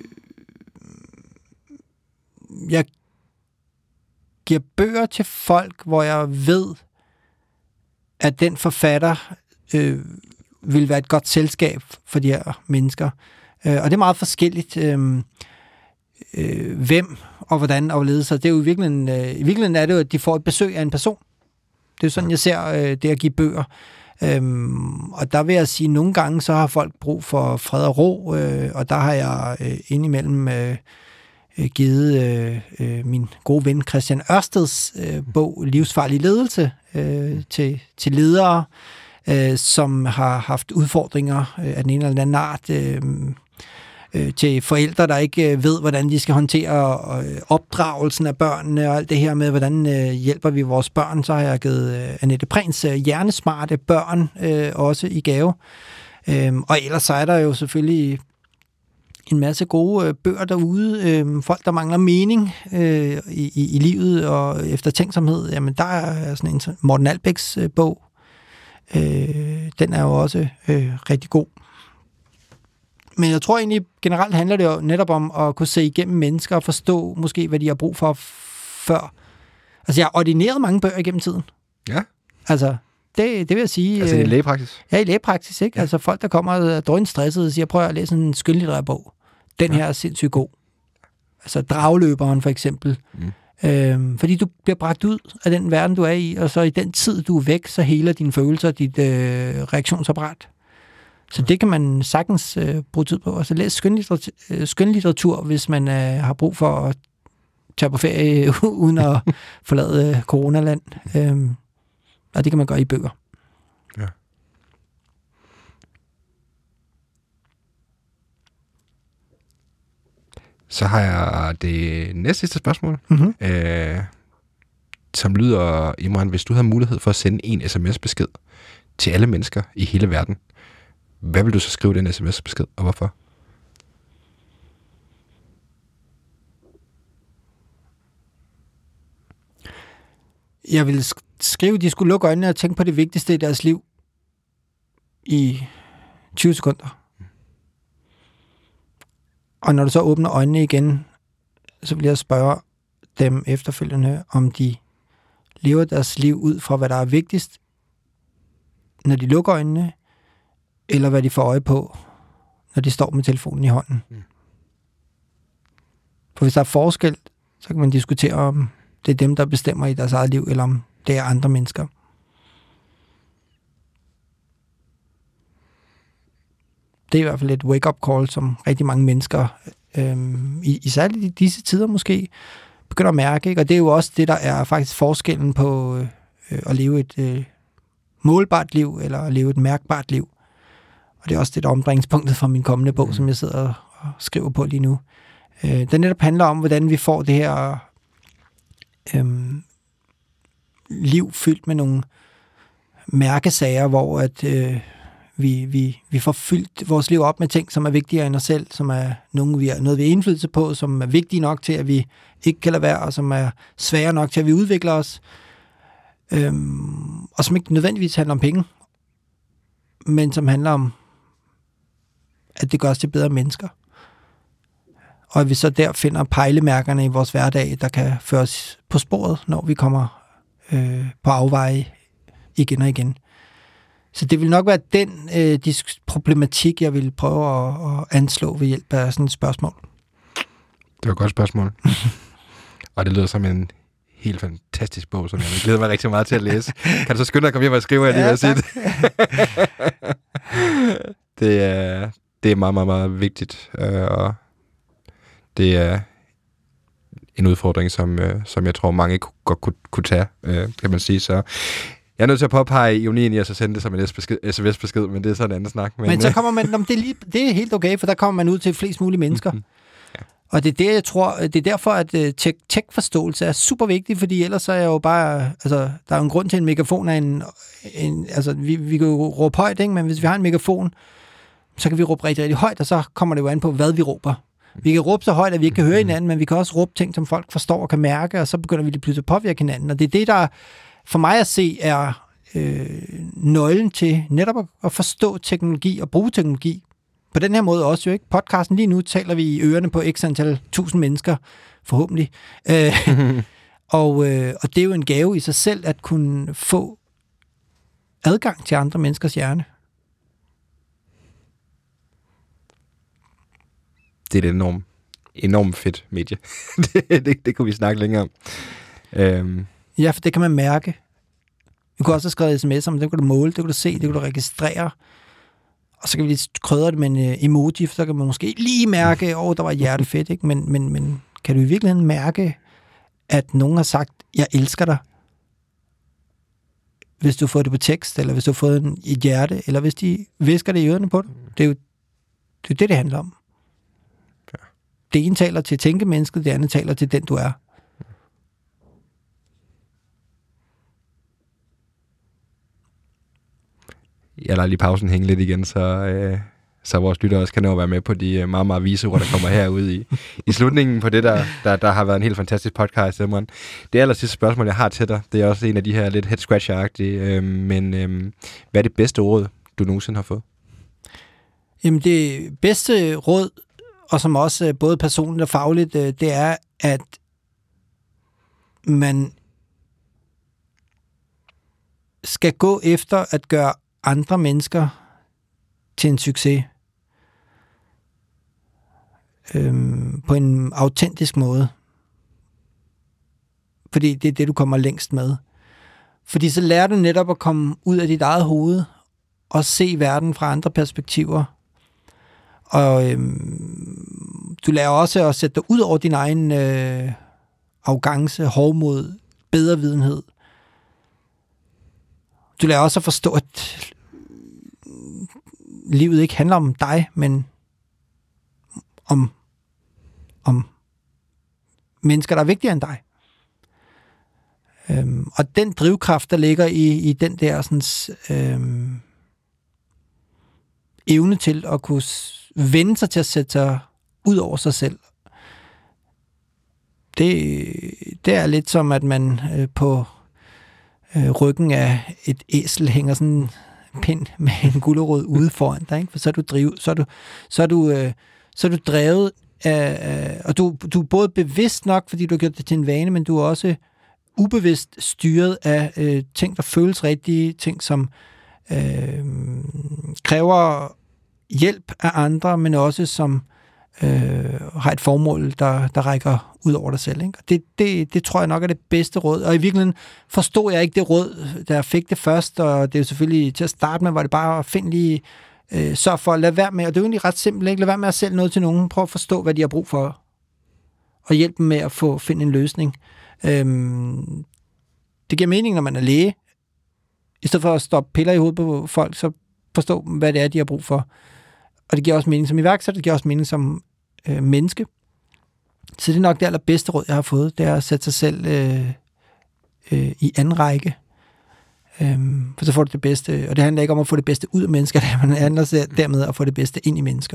jeg giver bøger til folk, hvor jeg ved, at den forfatter øh, vil være et godt selskab for de her mennesker. Øh, og det er meget forskelligt, øh, øh, hvem og hvordan overledes sig. Det er jo i virkeligheden, øh, i virkeligheden er det jo, at de får et besøg af en person. Det er jo sådan, jeg ser øh, det at give bøger. Øh, og der vil jeg sige, at nogle gange så har folk brug for fred og ro, øh, og der har jeg øh, indimellem øh, givet øh, øh, min gode ven Christian Ørsteds øh, bog Livsfarlig ledelse øh, til, til ledere, øh, som har haft udfordringer øh, af den ene eller anden art, øh, øh, til forældre, der ikke øh, ved, hvordan de skal håndtere øh, opdragelsen af børnene og alt det her med, hvordan øh, hjælper vi vores børn. Så har jeg givet øh, Annette Prehns øh, Hjernesmarte børn øh, også i gave. Øh, og ellers så er der jo selvfølgelig en masse gode øh, bøger derude. Øh, folk, der mangler mening øh, i, i, i livet og eftertænksomhed. Jamen, der er sådan en Morten Albæks øh, bog. Øh, den er jo også øh, rigtig god. Men jeg tror egentlig, generelt handler det jo netop om at kunne se igennem mennesker og forstå måske, hvad de har brug for før. Altså, jeg har ordineret mange bøger igennem tiden. Ja. Altså, det, det vil jeg sige. Altså i lægepraksis? Ja, i lægepraksis, ikke? Ja. Altså folk, der kommer og er drønstressede og siger, prøv at læse en skønlitterær bog. Den her er sindssygt god. Altså Dragløberen for eksempel. Mm. Øhm, fordi du bliver bragt ud af den verden, du er i, og så i den tid, du er væk, så heler dine følelser og dit øh, reaktionsapparat. Så det kan man sagtens øh, bruge tid på. Og så læs skønlitteratur, øh, skønlitteratur, hvis man øh, har brug for at tage på ferie uden at forlade øh, coronaland. Øhm, og det kan man gøre i bøger. Ja. Så har jeg det næste sidste spørgsmål, mm-hmm. øh, som lyder, Imran, hvis du havde mulighed for at sende en sms-besked til alle mennesker i hele verden, hvad vil du så skrive den sms-besked, og hvorfor? Jeg vil skrive, at de skulle lukke øjnene og tænke på det vigtigste i deres liv i tyve sekunder. Og når du så åbner øjnene igen, så vil jeg spørge dem efterfølgende, om de lever deres liv ud fra, hvad der er vigtigst, når de lukker øjnene, eller hvad de får øje på, når de står med telefonen i hånden. Mm. For hvis der er forskel, så kan man diskutere, om det er dem, der bestemmer i deres eget liv, eller om det er andre mennesker. Det er i hvert fald et wake-up call, som rigtig mange mennesker, øhm, især i disse tider måske, begynder at mærke. Ikke? Og det er jo også det, der er faktisk forskellen på øh, at leve et øh, målbart liv, eller at leve et mærkbart liv. Og det er også det, der er omdrejningspunktet for min kommende bog, mm. som jeg sidder og skriver på lige nu. Øh, den netop handler om, hvordan vi får det her øh, liv fyldt med nogle mærkesager, hvor at, øh, vi, vi, vi får fyldt vores liv op med ting, som er vigtigere end os selv, som er nogen, vi har, noget, vi har indflydelse på, som er vigtige nok til, at vi ikke kan lade være, og som er svære nok til, at vi udvikler os, øh, og som ikke nødvendigvis handler om penge, men som handler om, at det gør os til bedre mennesker. Og at vi så der finder pejlemærkerne i vores hverdag, der kan føre os på sporet, når vi kommer øh, på afveje igen og igen. Så det vil nok være den øh, problematik, jeg vil prøve at, at anslå ved hjælp af sådan et spørgsmål. Det var et godt spørgsmål. Og det lyder som en helt fantastisk bog, som jeg glæder mig rigtig meget til at læse. Kan du så skynde dig at komme hjem og skrive, jeg lige vil sige det? det, er, det er meget, meget, meget vigtigt. Og det er en udfordring, som, som jeg tror, mange godt kunne, kunne tage, kan man sige. Så jeg er nødt til at påpege ironien i at så sende det som en sms-besked, men det er sådan en anden snak. Men, men så kommer man, det, er lige, det er helt okay, for der kommer man ud til flest mulige mennesker. Mm-hmm. Ja. Og det er det, jeg tror, det er derfor, at tech, tech-forståelse er super vigtig, fordi ellers er jeg jo bare, altså, der er jo en grund til, en megafon er en, en altså, vi, vi kan jo råbe højt, ikke? Men hvis vi har en megafon, så kan vi råbe rigtig, rigtig højt, og så kommer det jo an på, hvad vi råber. Vi kan råbe så højt, at vi ikke kan høre hinanden, men vi kan også råbe ting, som folk forstår og kan mærke, og så begynder vi lige pludselig at påvirke hinanden. Og det er det, der for mig at se er øh, nøglen til netop at, at forstå teknologi og bruge teknologi. På den her måde også jo, ikke? Podcasten lige nu taler vi i ørerne på x antal tusind mennesker, forhåbentlig. Øh, og, øh, og det er jo en gave i sig selv, at kunne få adgang til andre menneskers hjerne. Det er et enormt, enormt fedt medie. det, det, det kunne vi snakke længere om. Øhm. Ja, for det kan man mærke. Du kunne også have skrevet sms'er, men det kunne du måle, det kunne du se, det kunne du registrere. Og så kan vi lige krydre det med en emoji, for så kan man måske lige mærke, åh, oh, der var hjertefedt, ikke? Men, men, men kan du i virkeligheden mærke, at nogen har sagt, jeg elsker dig, hvis du får det på tekst, eller hvis du har fået en, et hjerte, eller hvis de visker det i ørerne på dig? Det er jo det, er det, det handler om. Ja. Det ene taler til tænkemennesket, det andet taler til den, du er. Jeg lader lige pausen hænge lidt igen, så, øh, så vores lyttere også kan nå at være med på de meget, meget vise ord, der kommer herude i, i slutningen på det, der, der, der har været en helt fantastisk podcast, Imran. Det aller sidste spørgsmål, jeg har til dig, det er også en af de her lidt head-scratcher-agtige, øh, men øh, hvad er det bedste råd, du nogensinde har fået? Jamen det bedste råd, og som også både personligt og fagligt, det er, at man skal gå efter at gøre andre mennesker til en succes øhm, på en autentisk måde. Fordi det er det, du kommer længst med. Fordi så lærer du netop at komme ud af dit eget hoved og se verden fra andre perspektiver. Og øhm, du lærer også at sætte dig ud over din egen øh, arrogance, hovmod, bedrevidenhed. Du lærer også at forstå, at livet ikke handler om dig, men om, om mennesker, der er vigtigere end dig. Øhm, og den drivkraft, der ligger i, i den der sådan, øhm, evne til at kunne vende sig til at sætte sig ud over sig selv, det, det er lidt som, at man øh, på øh, ryggen af et æsel hænger sådan en pind med en gulerod ude foran dig, ikke? For så er du driv, så er du, så er du, øh, så er du drevet af, øh, og du, du er både bevidst nok, fordi du har gjort det til en vane, men du er også ubevidst styret af øh, ting, der føles rigtige, ting, som øh, kræver hjælp af andre, men også som øh, har et formål, der, der rækker ud over dig selv. Ikke? Og det, det, det tror jeg nok er det bedste råd. Og i virkeligheden forstod jeg ikke det råd, da jeg fik det først, og det er jo selvfølgelig til at starte med, var det bare at finde lige, øh, sørge for at lade være med, og det er jo egentlig ret simpelt, ikke? Lad være med at sælge noget til nogen, prøv at forstå, hvad de har brug for, og hjælpe dem med at få finde en løsning. Øhm, det giver mening, når man er læge. I stedet for at stoppe piller i hovedet på folk, så forstå, hvad det er, de har brug for. Og det giver også mening som iværksætter, det giver også mening som øh, menneske. Så det er nok det allerbedste råd, jeg har fået, det er at sætte sig selv øh, øh, i anden række. Øhm, for så får du det bedste, og det handler ikke om at få det bedste ud af mennesker, det handler dermed at få det bedste ind i mennesker.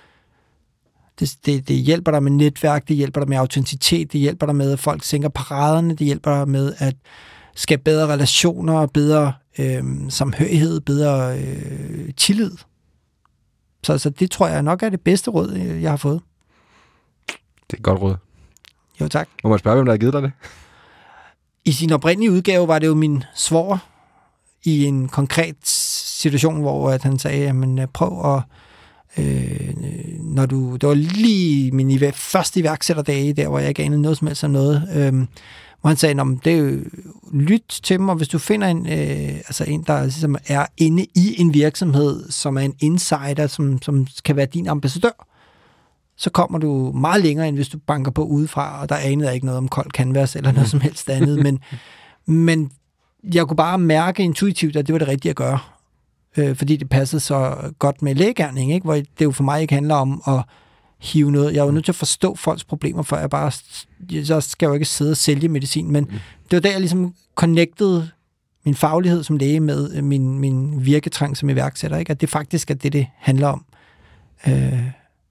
Det, det, det hjælper dig med netværk, det hjælper dig med autenticitet, det hjælper dig med, at folk sænker paraderne, det hjælper dig med at skabe bedre relationer, bedre øh, samhørighed, bedre øh, tillid. Så, så det tror jeg nok er det bedste råd, jeg har fået. Det er et godt råd. Jo, tak. Må man spørge, hvem der har givet dig det? I sin oprindelige udgave var det jo min svoger i en konkret situation, hvor at han sagde, jamen prøv at Øh, når du, det var lige min første iværksætterdage, der hvor jeg ikke anede noget som helst om noget, øh, hvor han sagde, det er jo, lyt til mig, hvis du finder en, øh, altså en, der ligesom er inde i en virksomhed, som er en insider, som, som kan være din ambassadør, så kommer du meget længere, end hvis du banker på udefra, og der anede jeg ikke noget om kold canvas, eller noget som helst andet, men, men jeg kunne bare mærke intuitivt, at det var det rigtige at gøre. Øh, fordi det passede så godt med lægegerning, ikke? Hvor det jo for mig ikke handler om at hive noget. Jeg er jo nødt til at forstå folks problemer, for jeg bare, så skal jeg jo ikke sidde og sælge medicin, men mm. det var der, jeg ligesom connectede min faglighed som læge med min, min virketrang som iværksætter, ikke? At det faktisk er det, det handler om. Øh,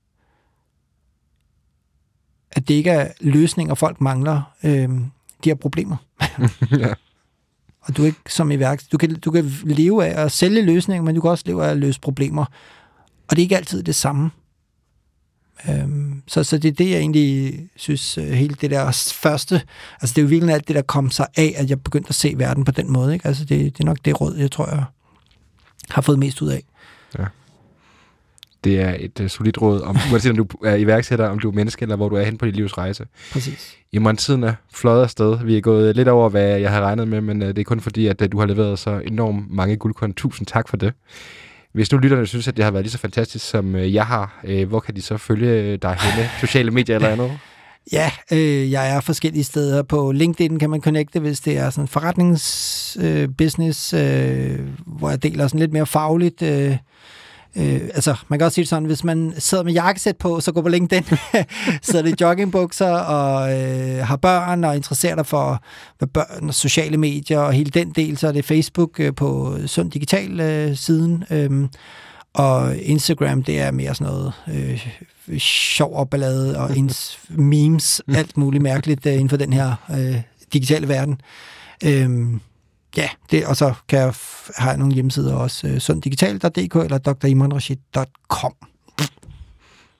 at det ikke er løsninger, folk mangler. Øh, de har problemer. Ja. Og du er ikke som iværksætter. Du kan, du kan leve af at sælge løsninger, men du kan også leve af at løse problemer. Og det er ikke altid det samme. Øhm, så, så det er det, jeg egentlig synes, hele det der første, altså det er jo virkelig alt det, der kom sig af, at jeg begyndte at se verden på den måde. Ikke? Altså det, det er nok det råd, jeg tror, jeg har fået mest ud af. Ja. Det er et uh, solidt råd, om, uanset om du er iværksætter, om du er menneske, eller hvor du er hen på dit livs rejse. Præcis. Jamen, tiden er fløjet afsted. Vi er gået lidt over, hvad jeg har regnet med, men uh, det er kun fordi, at uh, du har leveret så enormt mange guldkorn. Tusind tak for det. Hvis nu lytterne synes, at det har været lige så fantastisk, som uh, jeg har, uh, hvor kan de så følge dig henne? Sociale medier eller andet? Ja, øh, jeg er forskellige steder. På LinkedIn kan man connecte, hvis det er sådan forretningsbusiness, øh, øh, hvor jeg deler sådan lidt mere fagligt. Øh, øh, altså, man kan også sige det sådan, hvis man sidder med jakkesæt på, så gå på LinkedIn. Så er det joggingbukser og øh, har børn og interesserer dig for børn og sociale medier og hele den del, så er det Facebook øh, på Sund Digital øh, siden. Øh, og Instagram, det er mere sådan noget øh, sjov og ballade og ens memes, alt muligt mærkeligt uh, inden for den her uh, digitale verden. Øhm, ja, det, og så kan jeg f- har jeg nogle hjemmesider også, uh, sunddigital punktum d k eller d r imran rashid punktum com.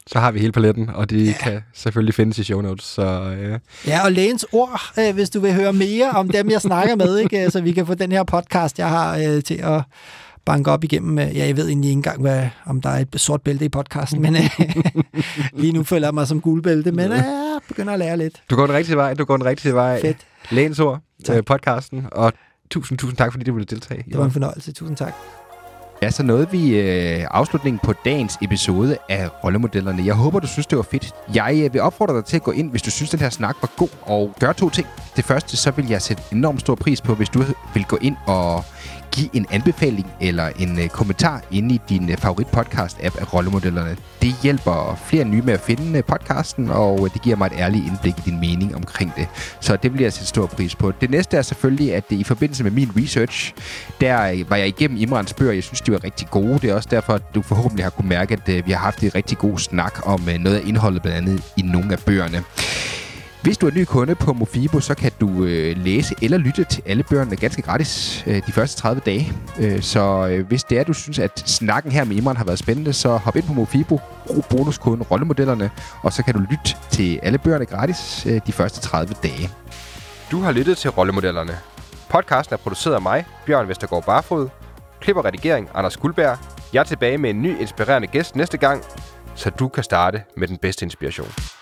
Så har vi hele paletten, og de ja. kan selvfølgelig findes i show notes. Så, øh. Ja, og lægens ord, øh, hvis du vil høre mere om dem, jeg snakker med, ikke? Så vi kan få den her podcast, jeg har øh, til at banke op igennem. Ja, jeg ved egentlig ikke engang, hvad, om der er et sort bælte i podcasten, men øh, lige nu føler jeg mig som guldbælte, men øh, begynder at lære lidt. Du går den rigtige vej, du går den rigtige vej. Fedt. Lægens ord, øh, podcasten, og tusind, tusind tak, fordi du ville deltage. Det var en fornøjelse. Tusind tak. Ja, så nåede vi øh, afslutningen på dagens episode af Rollemodellerne. Jeg håber, du synes, det var fedt. Jeg øh, vil opfordre dig til at gå ind, hvis du synes, den her snak var god, og gøre to ting. Det første, så vil jeg sætte enormt stor pris på, hvis du vil gå ind og give en anbefaling eller en øh, kommentar inde i din øh, favorit-podcast-app af Rollemodellerne. Det hjælper flere nye med at finde øh, podcasten, og øh, det giver mig et ærligt indblik i din mening omkring det. Så det vil jeg sætte stor pris på. Det næste er selvfølgelig, at det i forbindelse med min research, der øh, var jeg igennem Imrans bøger. Jeg synes, de var rigtig gode. Det er også derfor, at du forhåbentlig har kunne mærke, at øh, vi har haft en rigtig god snak om øh, noget af indholdet, blandt andet i nogle af bøgerne. Hvis du er ny kunde på Mofibo, så kan du øh, læse eller lytte til alle bøgerne ganske gratis øh, de første tredive dage. Øh, så øh, hvis det er, du synes, at snakken her med Imran har været spændende, så hop ind på Mofibo, brug bonuskoden Rollemodellerne, og så kan du lytte til alle bøgerne gratis øh, de første tredive dage. Du har lyttet til Rollemodellerne. Podcasten er produceret af mig, Bjørn Vestergaard Barfod. Klip og redigering, Anders Guldberg. Jeg er tilbage med en ny inspirerende gæst næste gang, så du kan starte med den bedste inspiration.